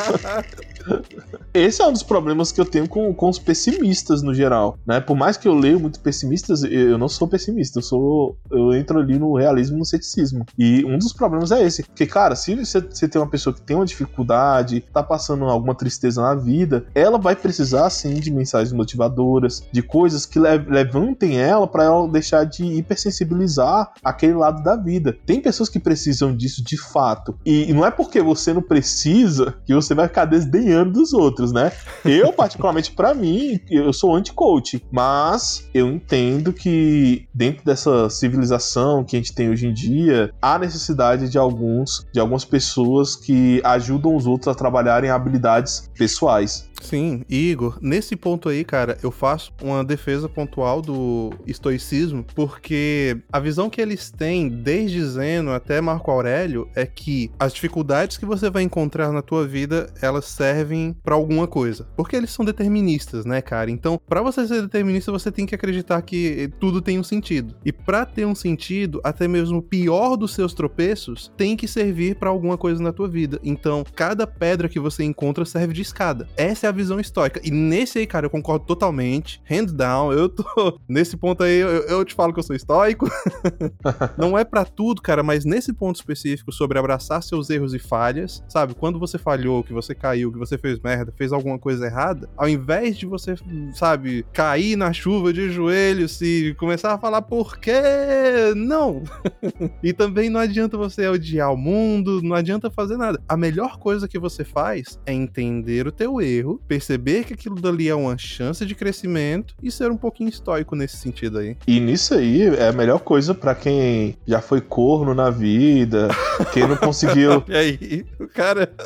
Esse é um dos problemas que eu tenho com, com os pessimistas no geral, né? Por mais que eu leio muito pessimistas, eu não sou pessimista, eu sou, eu entro ali no realismo e no ceticismo. E um dos problemas é esse, porque, cara, se você, você tem uma pessoa que tem uma dificuldade, tá passando alguma tristeza na vida, ela vai precisar, sim, de mensagens motivadoras, de coisas que le- levantem ela pra ela deixar de hipersensibilizar aquele lado da vida. Tem pessoas que precisam disso de fato. E, e não é porque você não precisa que você vai ficar desdenhando dos outros, né? Eu, particularmente, pra mim, eu sou anti-coach, mas eu entendo que dentro dessa civilização que a gente tem hoje em dia, há necessidade de alguns, de algumas pessoas que ajudam os outros a trabalharem habilidades pessoais. Sim, Igor, nesse ponto aí, cara, eu faço uma defesa pontual do estoicismo, porque a visão que eles têm, desde Zeno até Marco Aurélio, é que as dificuldades que você vai encontrar na tua vida, elas servem pra alguma coisa. Porque eles são deterministas, né, cara? Então, pra você ser determinista, você tem que acreditar que tudo tem um sentido. E pra ter um sentido, até mesmo o pior dos seus tropeços tem que servir pra alguma coisa na tua vida. Então, cada pedra que você encontra serve de escada. Essa é a visão estoica. E nesse aí, cara, eu concordo totalmente. Hands down, eu tô... Nesse ponto aí, eu, eu te falo que eu sou estoico. Não é pra tudo, cara, mas nesse ponto específico sobre abraçar seus erros e falhas, sabe? Quando você falhou, que você caiu, que você fez merda, fez alguma coisa errada, ao invés de você, sabe, cair na chuva de joelhos e começar a falar por quê? Não! E também não adianta você odiar o mundo, não adianta fazer nada. A melhor coisa que você faz é entender o teu erro, perceber que aquilo dali é uma chance de crescimento e ser um pouquinho estoico nesse sentido aí. E nisso aí é a melhor coisa pra quem já foi corno na vida, quem não conseguiu... E aí, o cara...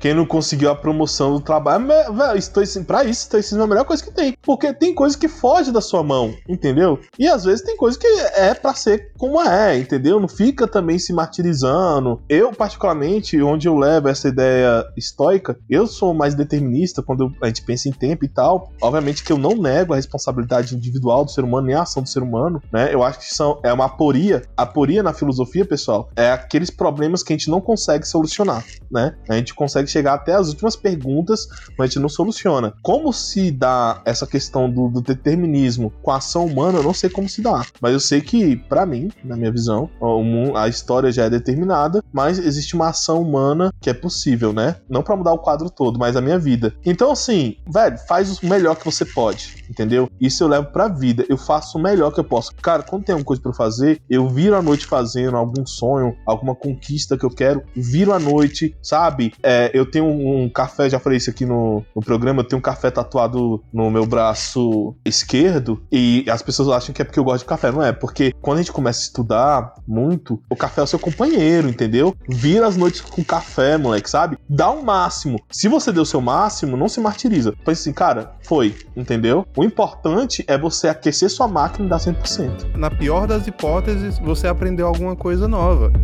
quem não conseguiu a promoção do trabalho, velho, estoicismo, pra isso, estoicismo é a melhor coisa que tem. Porque tem coisa que foge da sua mão, entendeu? E às vezes tem coisa que é pra ser como é, entendeu? Não fica também se martirizando. Eu, particularmente, onde eu levo essa ideia estoica, eu sou mais determinista quando a gente pensa em tempo e tal. Obviamente que eu não nego a responsabilidade individual do ser humano, nem a ação do ser humano, né? Eu acho que são, é uma aporia. A aporia na filosofia, pessoal, é aqueles problemas que a gente não consegue solucionar, né? A gente consegue chegar até as últimas perguntas, mas a gente não soluciona. Como se dá essa questão do, do determinismo com a ação humana, eu não sei como se dá. Mas eu sei que, pra mim, na minha visão, a história já é determinada, mas existe uma ação humana que é possível, né? Não pra mudar o quadro todo, mas a minha vida. Então, assim, velho, faz o melhor que você pode, entendeu? Isso eu levo pra vida. Eu faço o melhor que eu posso. Cara, quando tem alguma coisa pra eu fazer, eu viro a noite fazendo algum sonho, alguma conquista que eu quero, viro a noite, sabe? É, eu tenho um café, já falei isso aqui no, no programa, eu tenho um café tatuado no meu braço esquerdo e as pessoas acham que é porque eu gosto de café. Não é, porque quando a gente começa a estudar muito, o café é o seu companheiro, entendeu? Vira as noites com café, moleque, sabe? Dá o máximo. Se você deu o seu máximo, não se martiriza. Pensa assim, cara, foi, entendeu? O importante é você aquecer sua máquina e dar cem por cento. Na pior das hipóteses, você aprendeu alguma coisa nova.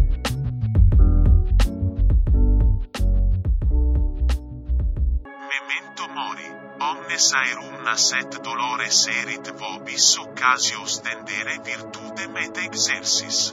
Memento mori, omnes aerum nascet dolores erit vobis occasios tendere virtudem et exercis.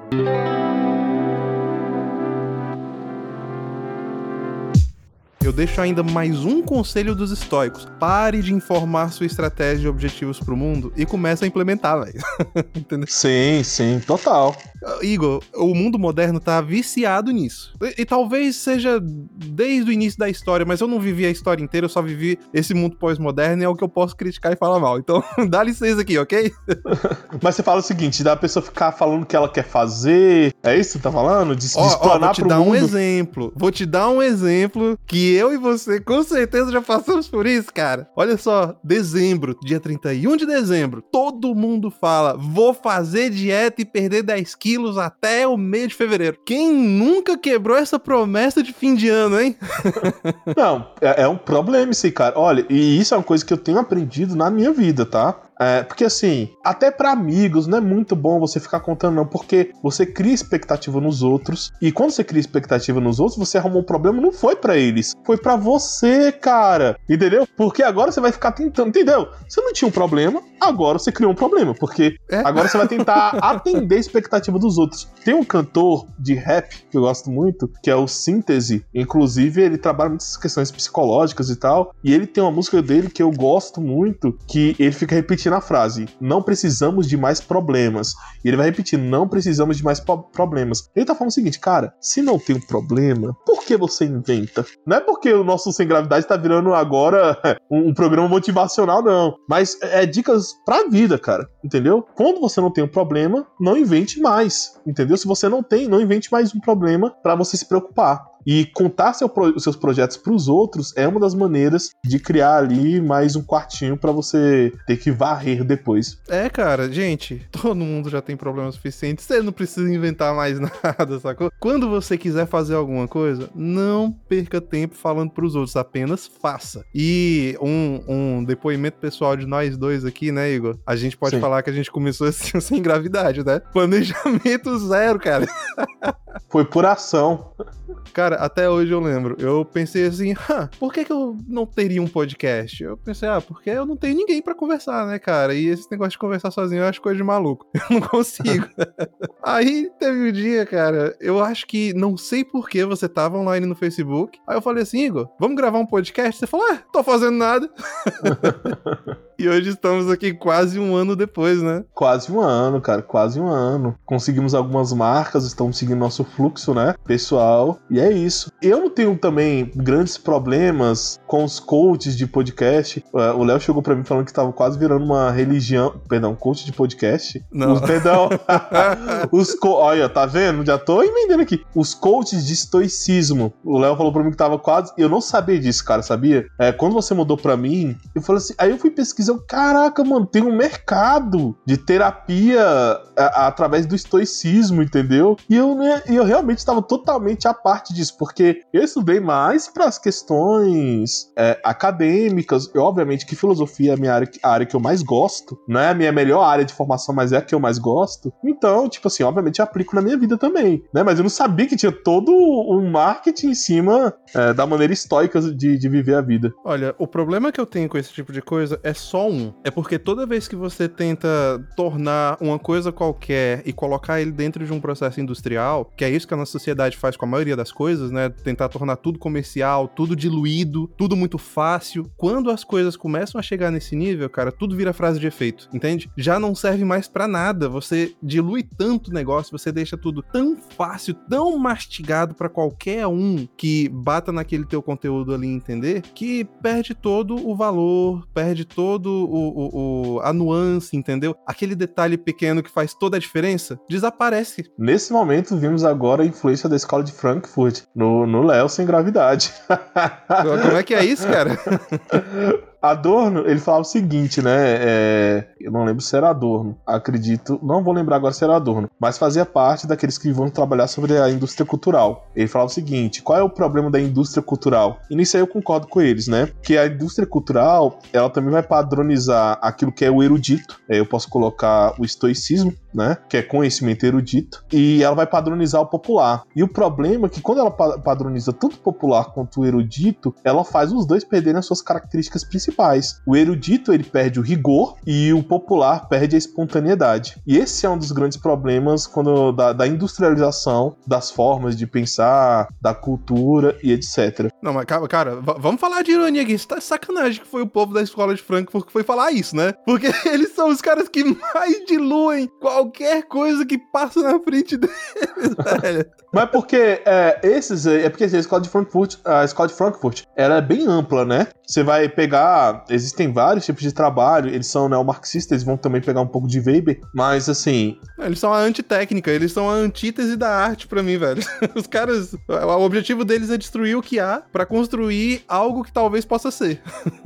Eu deixo ainda mais um conselho dos estoicos. Pare de informar sua estratégia e objetivos pro mundo e comece a implementar, velho. Entendeu? Sim, sim, total. Igor, o mundo moderno tá viciado nisso. E, e talvez seja desde o início da história, mas eu não vivi a história inteira, eu só vivi esse mundo pós-moderno e é o que eu posso criticar e falar mal. Então, dá licença aqui, ok? Mas você fala o seguinte, dá a pessoa ficar falando o que ela quer fazer, é isso que você tá falando? De, de ó, explanar ó, vou te pro dar mundo? um exemplo. Vou te dar um exemplo que eu e você com certeza já passamos por isso, cara. Olha só, dezembro, dia trinta e um de dezembro, todo mundo fala, vou fazer dieta e perder dez quilos até o mês de fevereiro. Quem nunca quebrou essa promessa de fim de ano, hein? Não, é, é um problema isso aí, cara. Olha, e isso é uma coisa que eu tenho aprendido na minha vida, tá? É, porque assim, até pra amigos não é muito bom você ficar contando não, porque você cria expectativa nos outros, e quando você cria expectativa nos outros, você arrumou um problema, não foi pra eles, foi pra você, cara, entendeu? Porque agora você vai ficar tentando, entendeu? Você não tinha um problema, agora você criou um problema, porque é. agora você vai tentar atender a expectativa dos outros. Tem um cantor de rap que eu gosto muito, que é o Síntese, inclusive ele trabalha muitas questões psicológicas e tal, e ele tem uma música dele que eu gosto muito, que ele fica repetindo na frase, não precisamos de mais problemas. E ele vai repetir, não precisamos de mais po- problemas. Ele tá falando o seguinte, cara, se não tem um problema, por que você inventa? Não é porque o nosso Sem Gravidade tá virando agora um, um programa motivacional, não. Mas é dicas pra vida, cara, entendeu? Quando você não tem um problema, não invente mais, entendeu? Se você não tem, não invente mais um problema pra você se preocupar. E contar seu pro, seus projetos pros outros é uma das maneiras de criar ali mais um quartinho pra você ter que varrer depois. É, cara, gente, todo mundo já tem problema suficiente, você não precisa inventar mais nada, sacou? Quando você quiser fazer alguma coisa, não perca tempo falando pros outros, apenas faça. E um, um depoimento pessoal de nós dois aqui, né, Igor? A gente pode Sim. falar que a gente começou assim sem gravidade, né? Planejamento zero, cara. Foi por ação. Cara, até hoje eu lembro, eu pensei assim, ah, por que que eu não teria um podcast? Eu pensei, ah, porque eu não tenho ninguém pra conversar, né, cara? E esse negócio de conversar sozinho eu acho coisa de maluco. Eu não consigo. Aí teve um dia, cara, eu acho que, não sei por que você tava online no Facebook. Aí eu falei assim, Igor, vamos gravar um podcast? Você falou, ah, tô fazendo nada. E hoje estamos aqui quase um ano depois, né? Quase um ano, cara, quase um ano. Conseguimos algumas marcas, estamos seguindo nosso fluxo, né, pessoal, e é isso. Eu não tenho também grandes problemas com os coaches de podcast. O Léo chegou pra mim falando que tava quase virando uma religião, perdão, coach de podcast? Não. Os, perdão. Os co... Olha, tá vendo? Já tô emendando aqui. Os coaches de estoicismo. O Léo falou pra mim que tava quase... Eu não sabia disso, cara, sabia? É, quando você mudou pra mim, eu falei assim... Aí eu fui pesquisar pesquisei, eu, caraca, mano, tem um mercado de terapia a, a, através do estoicismo, entendeu? E eu, né, eu realmente estava totalmente à parte disso, porque eu estudei mais para as questões é, acadêmicas, e obviamente que filosofia é a minha área, a área que eu mais gosto, não é a minha melhor área de formação, mas é a que eu mais gosto. Então, tipo assim, obviamente eu aplico na minha vida também, né? Mas eu não sabia que tinha todo um marketing em cima é, da maneira estoica de, de viver a vida. Olha, o problema que eu tenho com esse tipo de coisa é só um. É porque toda vez que você tenta tornar uma coisa qualquer e colocar ele dentro de um processo industrial, que é isso que a nossa sociedade faz com a maioria das coisas, né? Tentar tornar tudo comercial, tudo diluído, tudo muito fácil. Quando as coisas começam a chegar nesse nível, cara, tudo vira frase de efeito, entende? Já não serve mais pra nada. Você dilui tanto o negócio, você deixa tudo tão fácil, tão mastigado pra qualquer um que bata naquele teu conteúdo ali entender, que perde todo o valor, perde todo o, o, o, a nuance, entendeu? Aquele detalhe pequeno que faz toda a diferença, desaparece. Nesse momento, vimos agora a influência da escola de Frankfurt no, no Léo sem gravidade. Como é que é isso, cara? Adorno, ele falava o seguinte, né? É, eu não lembro se era Adorno, acredito, não vou lembrar agora se era Adorno, mas fazia parte daqueles que vão trabalhar sobre a indústria cultural. Ele falava o seguinte: qual é o problema da indústria cultural? E nisso aí eu concordo com eles, né? Que a indústria cultural, ela também vai padronizar aquilo que é o erudito. Eu posso colocar o estoicismo, né? Que é conhecimento erudito. E ela vai padronizar o popular. E o problema é que quando ela padroniza tanto o popular quanto o erudito, ela faz os dois perderem as suas características principais. O erudito, ele perde o rigor e o popular perde a espontaneidade. E esse é um dos grandes problemas quando, da, da industrialização das formas de pensar, da cultura e etcétera. Não, mas cara, cara v- vamos falar de ironia aqui. Isso tá sacanagem que foi o povo da escola de Frankfurt que foi falar isso, né? Porque eles são os caras que mais diluem qualquer coisa que passa na frente deles, velho. Mas porque é, esses, é porque a escola de Frankfurt, a escola de Frankfurt, ela é bem ampla, né? Você vai pegar, existem vários tipos de trabalho, eles são neomarxistas, eles vão também pegar um pouco de Weber, mas assim... Eles são a antitécnica, eles são a antítese da arte pra mim, velho. Os caras, o objetivo deles é destruir o que há pra construir algo que talvez possa ser.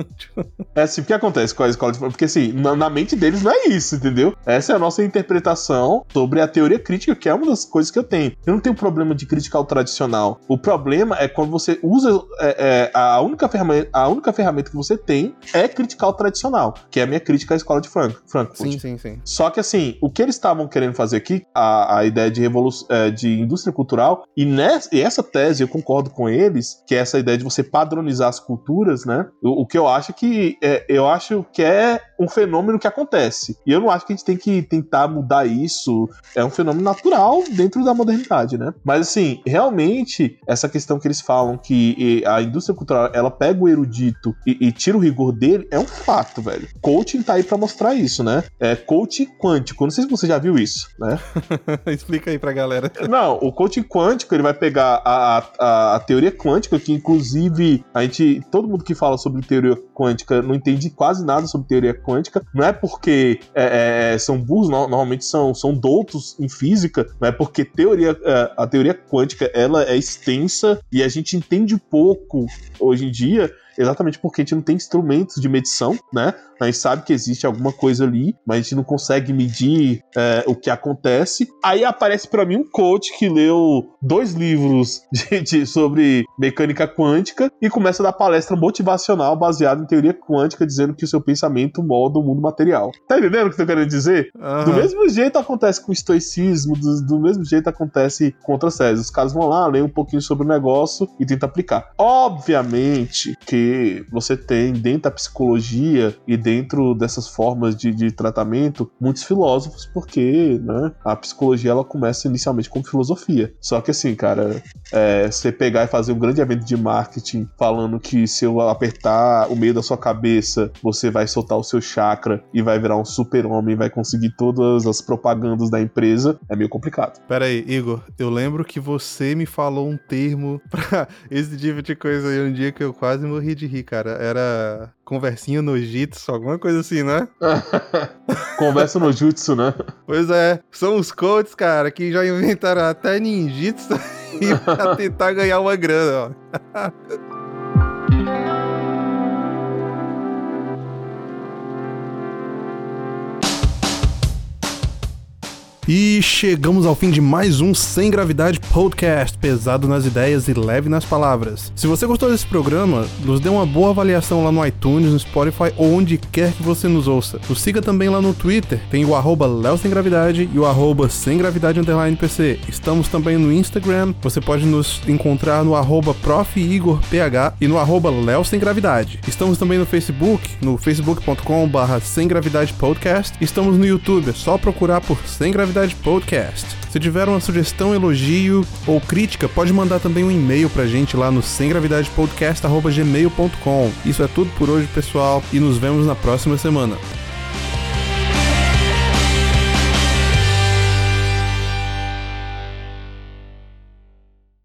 É assim, o que acontece com a escola de Frankfurt? Porque assim, na, na mente deles não é isso, entendeu? Essa é a nossa interpretação sobre a teoria crítica, que é uma das coisas que eu tenho. Eu não tenho problema de criticar o tradicional. O problema é quando você usa é, é, a, única ferramenta, a única ferramenta que você tem é criticar o tradicional, que é a minha crítica à escola de Frank, Frankfurt. Sim, sim, sim. Só que assim, o que eles estavam querendo fazer aqui, a, a ideia de, revolu- é, de indústria cultural, e, nessa, e essa tese eu concordo com eles, que é essa ideia de você padronizar as culturas, né? O, o que eu acho que é, eu acho que é um fenômeno que acontece. E eu não acho que a gente tem que tentar mudar isso. É um fenômeno natural dentro da modernidade, né? Mas assim, realmente, essa questão que eles falam que a indústria cultural, ela pega o erudito e, e tira o rigor dele, é um fato, velho. Coaching tá aí pra mostrar isso, né? É coaching quântico. Não sei se você já viu isso, né? Explica aí pra galera. Não, o coaching quântico, ele vai pegar a, a, a teoria quântica, que inclusive a gente, todo mundo que fala sobre teoria quântica não entende quase nada sobre teoria quântica. Não é porque é, é, são burros, não, normalmente são, são doutos em física, não é porque teoria, é, a teoria quântica, ela é extensa e a gente entende pouco hoje em dia, exatamente porque a gente não tem instrumentos de medição, né? A gente sabe que existe alguma coisa ali, mas a gente não consegue medir é, o que acontece. Aí aparece pra mim um coach que leu dois livros de, de, sobre mecânica quântica e começa a dar palestra motivacional baseada em teoria quântica, dizendo que o seu pensamento molda o mundo material. Tá entendendo o que eu tô querendo dizer? Uhum. Do mesmo jeito acontece com o estoicismo, do, do mesmo jeito acontece com outras teses. Os caras vão lá, leem um pouquinho sobre o negócio e tentam aplicar. Obviamente que você tem dentro da psicologia e dentro dessas formas de, de tratamento muitos filósofos, porque, né, a psicologia ela começa inicialmente como filosofia. Só que assim, cara, é, você pegar e fazer um grande evento de marketing falando que se eu apertar o meio da sua cabeça, você vai soltar o seu chakra e vai virar um super-homem, vai conseguir todas as propagandas da empresa, é meio complicado. Pera aí, Igor, eu lembro que você me falou um termo pra esse tipo de coisa aí um dia que eu quase morri de rir, cara. Era conversinha no jitsu, alguma coisa assim, né? Conversa no jutsu, né? Pois é, são os coaches, cara, que já inventaram até ninjitsu e pra tentar ganhar uma grana, ó. E chegamos ao fim de mais um Sem Gravidade Podcast, pesado nas ideias e leve nas palavras. Se você gostou desse programa, nos dê uma boa avaliação lá no iTunes, no Spotify ou onde quer que você nos ouça. Nos siga também lá no Twitter, tem o arroba Léo Sem Gravidade e o arroba Sem Gravidade Underline P C. Estamos também no Instagram, você pode nos encontrar no arroba Prof Igor P H e no arroba Léo Sem Gravidade. Estamos também no Facebook, no facebook ponto com barra Sem Gravidade Podcast. Estamos no YouTube, é só procurar por Sem Gravidade Podcast. Se tiver uma sugestão, elogio ou crítica, pode mandar também um e-mail pra gente lá no sem gravidade podcast arroba gmail ponto com. Isso é tudo por hoje, pessoal, e nos vemos na próxima semana.